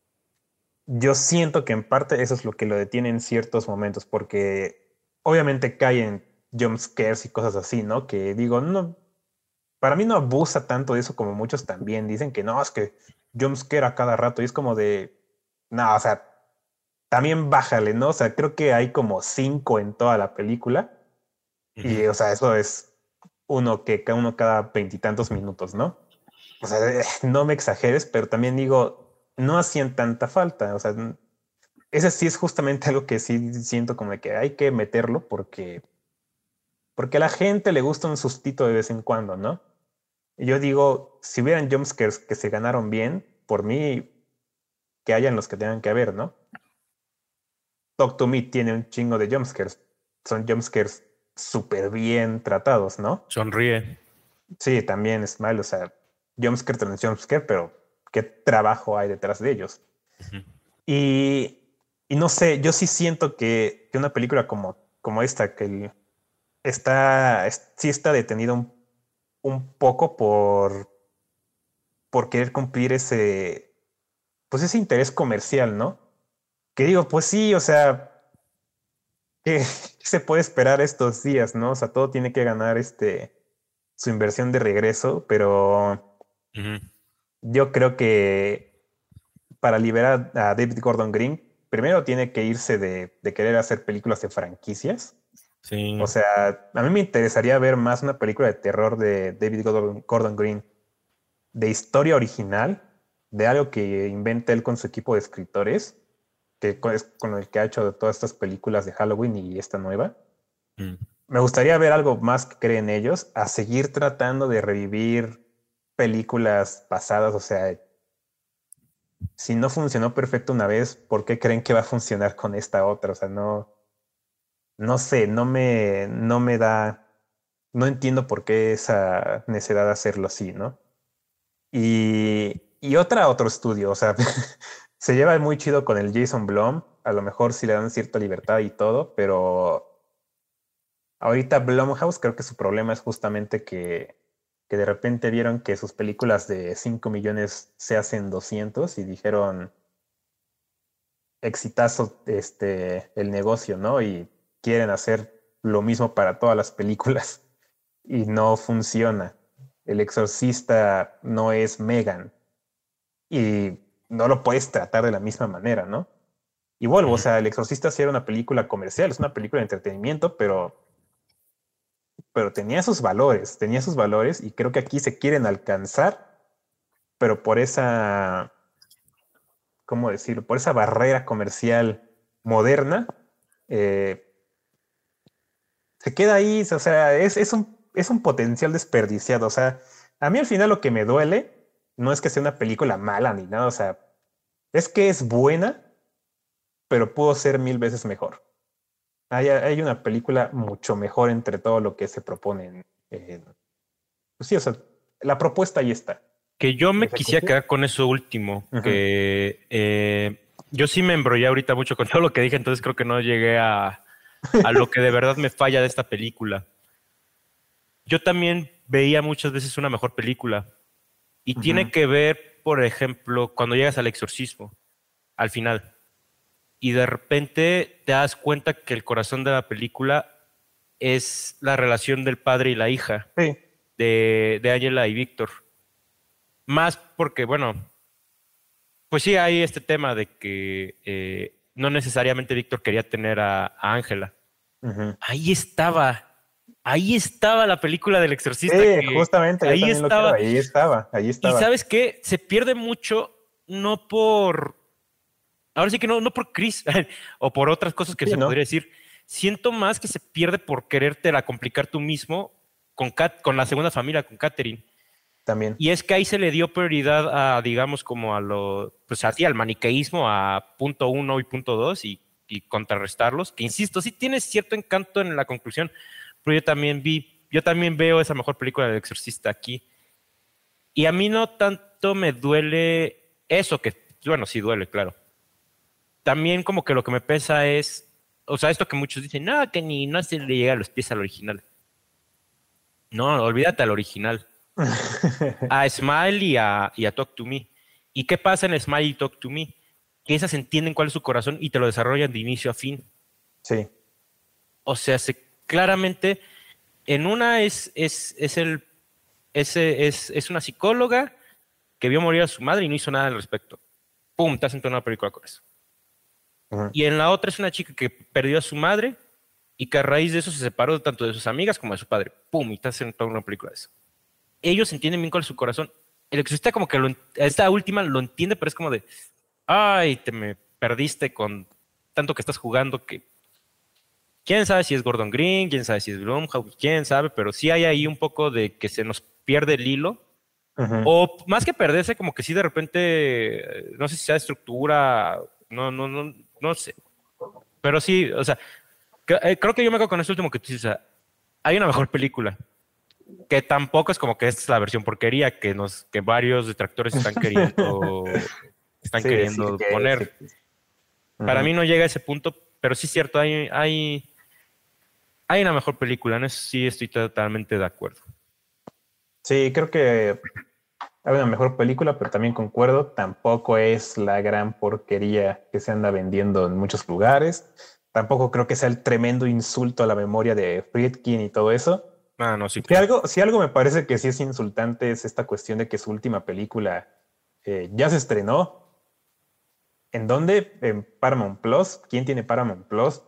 yo siento que en parte eso es lo que lo detiene en ciertos momentos, porque obviamente caen jump scares y cosas así, ¿no? Que digo, no, para mí no abusa tanto de eso como muchos también dicen que no, es que jump scare a cada rato y es como de, no, o sea, también bájale, ¿no? O sea, creo que hay como 5 en toda la película Ujú. y, o sea, eso es uno cada veintitantos minutos, ¿no? O sea, no me exageres, pero también digo, no hacían tanta falta, o sea, ese sí es justamente algo que sí siento como de que hay que meterlo porque a la gente le gusta un sustito de vez en cuando, ¿no? Y yo digo, si hubieran jumpscares que se ganaron bien, por mí, que hayan los que tengan que haber, ¿no? Talk to Me tiene un chingo de jumpscares. Son jumpscares súper bien tratados, ¿no? Sonríe. Sí, también es malo, o sea, jumpscare tras jumpscare, pero qué trabajo hay detrás de ellos. Ujú. Y no sé, yo sí siento que una película como esta, sí está detenida un poco por querer cumplir pues ese interés comercial, ¿no? Que digo, pues sí, o sea, ¿qué se puede esperar estos días, no? O sea, todo tiene que ganar su inversión de regreso, pero Ujú. yo creo que para liberar a David Gordon Green, primero tiene que irse de querer hacer películas de franquicias. Sí. O sea, a mí me interesaría ver más una película de terror de David Gordon Green, de historia original, de algo que inventa él con su equipo de escritores, es con el que ha hecho todas estas películas de Halloween y esta nueva. Mm. Me gustaría ver algo más que creen ellos, a seguir tratando de revivir películas pasadas. O sea, si no funcionó perfecto una vez, ¿por qué creen que va a funcionar con esta otra? O sea, no sé, no me da, no entiendo por qué esa necesidad de hacerlo así, ¿no? Y otro estudio, o sea, se lleva muy chido con el Jason Blum, a lo mejor sí le dan cierta libertad y todo, pero ahorita Blumhouse creo que su problema es justamente que de repente vieron que sus películas de 5 millones se hacen 200 y dijeron, exitazo el negocio, ¿no? Y quieren hacer lo mismo para todas las películas y no funciona. El Exorcista no es Megan y no lo puedes tratar de la misma manera, ¿no? Y vuelvo, o Ujú. sea, El Exorcista sí era una película comercial, es una película de entretenimiento, pero tenía sus valores y creo que aquí se quieren alcanzar, pero por esa, ¿cómo decirlo? Por esa barrera comercial moderna, eh, se queda ahí, o sea, es un potencial desperdiciado. O sea, a mí al final lo que me duele no es que sea una película mala ni nada, o sea, es que es buena, pero pudo ser mil veces mejor. Hay una película mucho mejor entre todo lo que se propone. Pues sí, o sea, la propuesta ahí está. Que yo La me quisiera ejecución. quedar con eso último, Ujú, que yo sí me embrollé ahorita mucho con todo lo que dije, entonces creo que no llegué a lo que de verdad me falla de esta película. Yo también veía muchas veces una mejor película y tiene ujú. que ver, por ejemplo, cuando llegas al exorcismo, al final, y de repente te das cuenta que el corazón de la película es la relación del padre y la hija Sí, de Angela y Víctor. Más porque, bueno, pues sí, hay este tema de que no necesariamente Víctor quería tener a Ángela. ujú. Ahí estaba la película del exorcista, Sí, que justamente, yo ahí también lo quiero. estaba. Ahí estaba, ahí Y estaba. ¿sabes qué? Se pierde mucho, no por, ahora sí que no, no por Chris o por otras cosas que Sí, se ¿no? podría decir. Siento más que se pierde por querértela complicar tú mismo con la segunda familia, con Catherine. También. Y es que ahí se le dio prioridad a, digamos, como a lo, pues así, al maniqueísmo, a punto uno y punto dos y contrarrestarlos, que insisto, sí tiene cierto encanto en la conclusión, pero yo también veo esa mejor película del Exorcista aquí. Y a mí no tanto me duele eso, que, bueno, sí duele, claro. También como que lo que me pesa es, o sea, esto que muchos dicen, no, que ni no se le llega a los pies al original. No, olvídate al original. A Smile y a Talk to Me. ¿Y qué pasa en Smile y Talk to Me? Que esas entienden cuál es su corazón y te lo desarrollan de inicio a fin. Sí. O sea, claramente en una es una psicóloga que vio morir a su madre y no hizo nada al respecto. ¡Pum! Te hacen toda una película con eso. Ujú. Y en la otra es una chica que perdió a su madre y que a raíz de eso se separó tanto de sus amigas como de su padre. ¡Pum! Y te hacen toda una película de eso. Ellos entienden bien cuál es su corazón. El exorcista como que esta última lo entiende, pero es como de, ay, te me perdiste con tanto que estás jugando que quién sabe si es Gordon Green, quién sabe si es Blumhouse, quién sabe, pero sí hay ahí un poco de que se nos pierde el hilo. O más que perderse, como que sí de repente, no sé si sea estructura, no sé. Pero sí, o sea, creo que yo me quedo con esto último que tú dices, o sea, hay una mejor película, que tampoco es como que esta es la versión porquería que varios detractores están Sí, sí, queriendo poner. Para mí no llega a ese punto, pero sí es cierto, hay una mejor película, en eso sí estoy totalmente de acuerdo. Sí, creo que hay una mejor película, pero también concuerdo, tampoco es la gran porquería que se anda vendiendo en muchos lugares. Tampoco creo que sea el tremendo insulto a la memoria de Friedkin y todo eso. Ah, no, sí, Si algo me parece que sí es insultante es esta cuestión de que su última película ya se estrenó. ¿En dónde? En Paramount Plus. ¿Quién tiene Paramount Plus?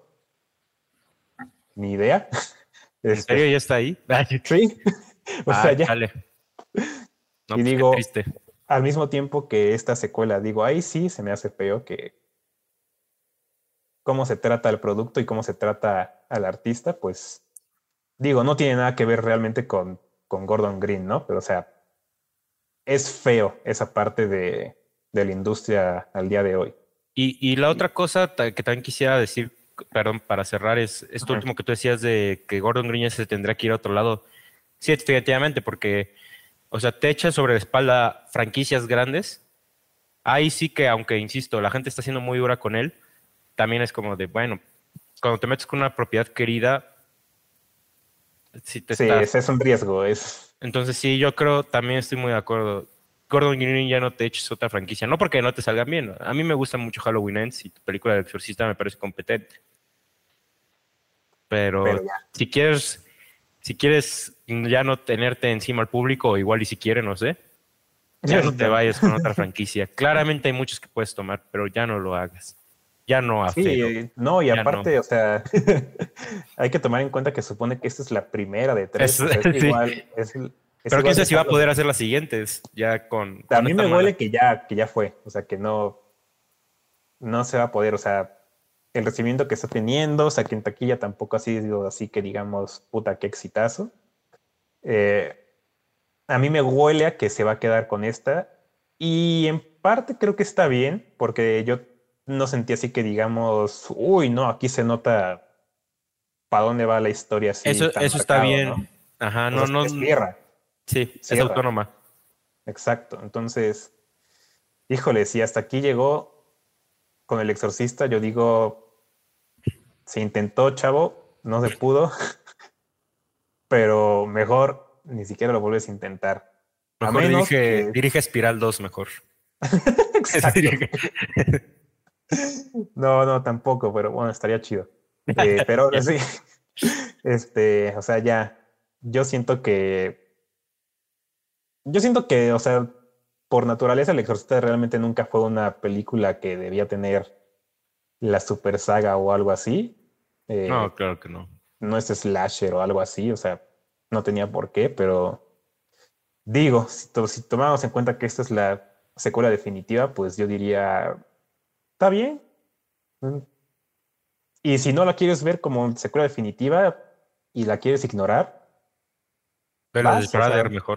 Ni idea. ¿En serio ya está ahí? Sí. O sea, ya. Chale. No, Y pues qué digo, triste. al mismo tiempo que esta secuela, digo, ahí sí se me hace feo que cómo se trata el producto y cómo se trata al artista, pues digo, no tiene nada que ver realmente con Gordon Green, ¿no? Pero o sea, es feo esa parte de la industria al día de hoy. Y la otra cosa que también quisiera decir, perdón, para cerrar, es esto último que tú decías de que Gordon Green ya se tendrá que ir a otro lado. Sí, definitivamente, porque, o sea, te echa sobre la espalda franquicias grandes. Ahí sí que, aunque insisto, la gente está siendo muy dura con él, también es como de, bueno, cuando te metes con una propiedad querida, sí te Sí, estás. ese es un riesgo. Es... Entonces, sí, yo creo, también estoy muy de acuerdo. Gordon Green ya no te eches otra franquicia, no porque no te salgan bien. A mí me gusta mucho Halloween Ends y tu película de Exorcista me parece competente. Pero Pero ya. si quieres ya no tenerte encima al público, o igual y si quieren, no sé, ya no te vayas con otra franquicia. Claramente hay muchos que puedes tomar, pero ya no lo hagas. Ya no a Fero. Sí, no, y Ya no. aparte, o sea, hay que tomar en cuenta que supone que esta es la primera de tres, o sea, es Sí. igual, es Pero quién igual sabe de si va a poder Halloween. hacer las siguientes, ya A con mí esta me mala. huele que ya fue, o sea, que no se va a poder, o sea, el recibimiento que está teniendo, o sea, que en taquilla tampoco ha sido así que digamos, puta, qué exitazo. Eh, a mí me huele a que se va a quedar con esta y en parte creo que está bien, porque yo no sentí así que digamos, uy, no, aquí se nota para dónde va la historia así tan Eso está marcado, bien. ¿no? Ajá, O sea, cierra, sí, es cierra, autónoma. exacto. Entonces, híjole, si hasta aquí llegó con El Exorcista, yo digo, se intentó, chavo, no se pudo, pero mejor ni siquiera lo vuelves a intentar. A Mejor menos que... dirige Espiral 2 mejor. Exacto. No, no, tampoco, pero bueno, estaría chido. Pero ahora sí, o sea, ya, yo siento que, o sea, por naturaleza, El Exorcista realmente nunca fue una película que debía tener la super saga o algo así. No, Eh, claro que no. no es slasher o algo así, o sea, no tenía por qué, pero digo, si tomamos en cuenta que esta es la secuela definitiva, pues yo diría, está bien. Mm. Y si no la quieres ver como secuela definitiva y la quieres ignorar, Pero del vas, o Brother sea, mejor.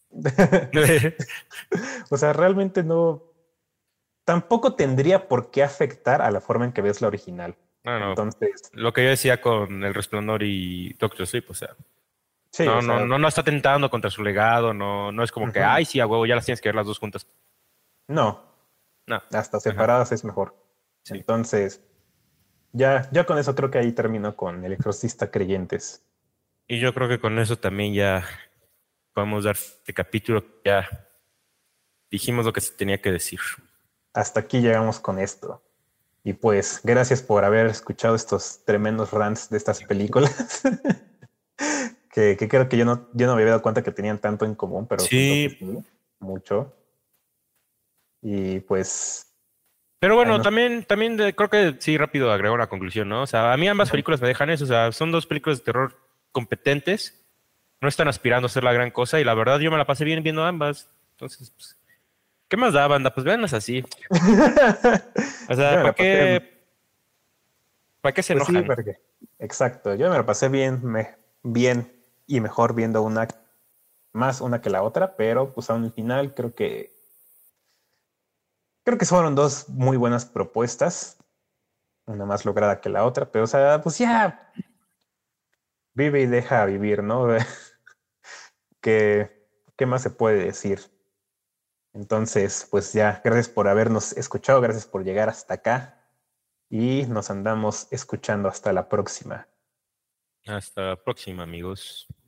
o sea, realmente no, tampoco tendría por qué afectar a la forma en que ves la original. No, no. Entonces, Lo que yo decía con El Resplandor y Doctor Sleep, o sea, sí, o sea, no está tentando contra su legado, no es como que, ujú. ay, sí, a huevo, ya las tienes que ver las dos juntas. No, No, hasta ajá, separadas es mejor. sí. Entonces, ya con eso creo que ahí termino con El Exorcista Creyentes. Y yo creo que con eso también ya podemos dar este capítulo. Ya dijimos lo que se tenía que decir. Hasta aquí llegamos con esto. Y pues, gracias por haber escuchado estos tremendos rants de estas películas. Que creo que yo no me había dado cuenta que tenían tanto en común, pero siento que Sí, sí, mucho. Y pues, pero ahí bueno, nos... también creo que sí, rápido agrego una conclusión, ¿no? O sea, a mí ambas películas me dejan eso. O sea, son dos películas de terror competentes. No están aspirando a ser la gran cosa y la verdad yo me la pasé bien viendo ambas. Entonces, pues, ¿qué más da, banda? Pues véanlas así. O Yo sea, me ¿para la pasé qué? ¿Para qué se Pues sí, enojan? porque, exacto, yo me lo pasé bien y mejor viendo una que la otra, pero pues aún al final creo que fueron dos muy buenas propuestas, una más lograda que la otra, pero o sea, pues ya vive y deja vivir, ¿no? ¿Qué más se puede decir? Entonces, pues ya, gracias por habernos escuchado, gracias por llegar hasta acá y nos andamos escuchando hasta la próxima. Hasta la próxima, amigos.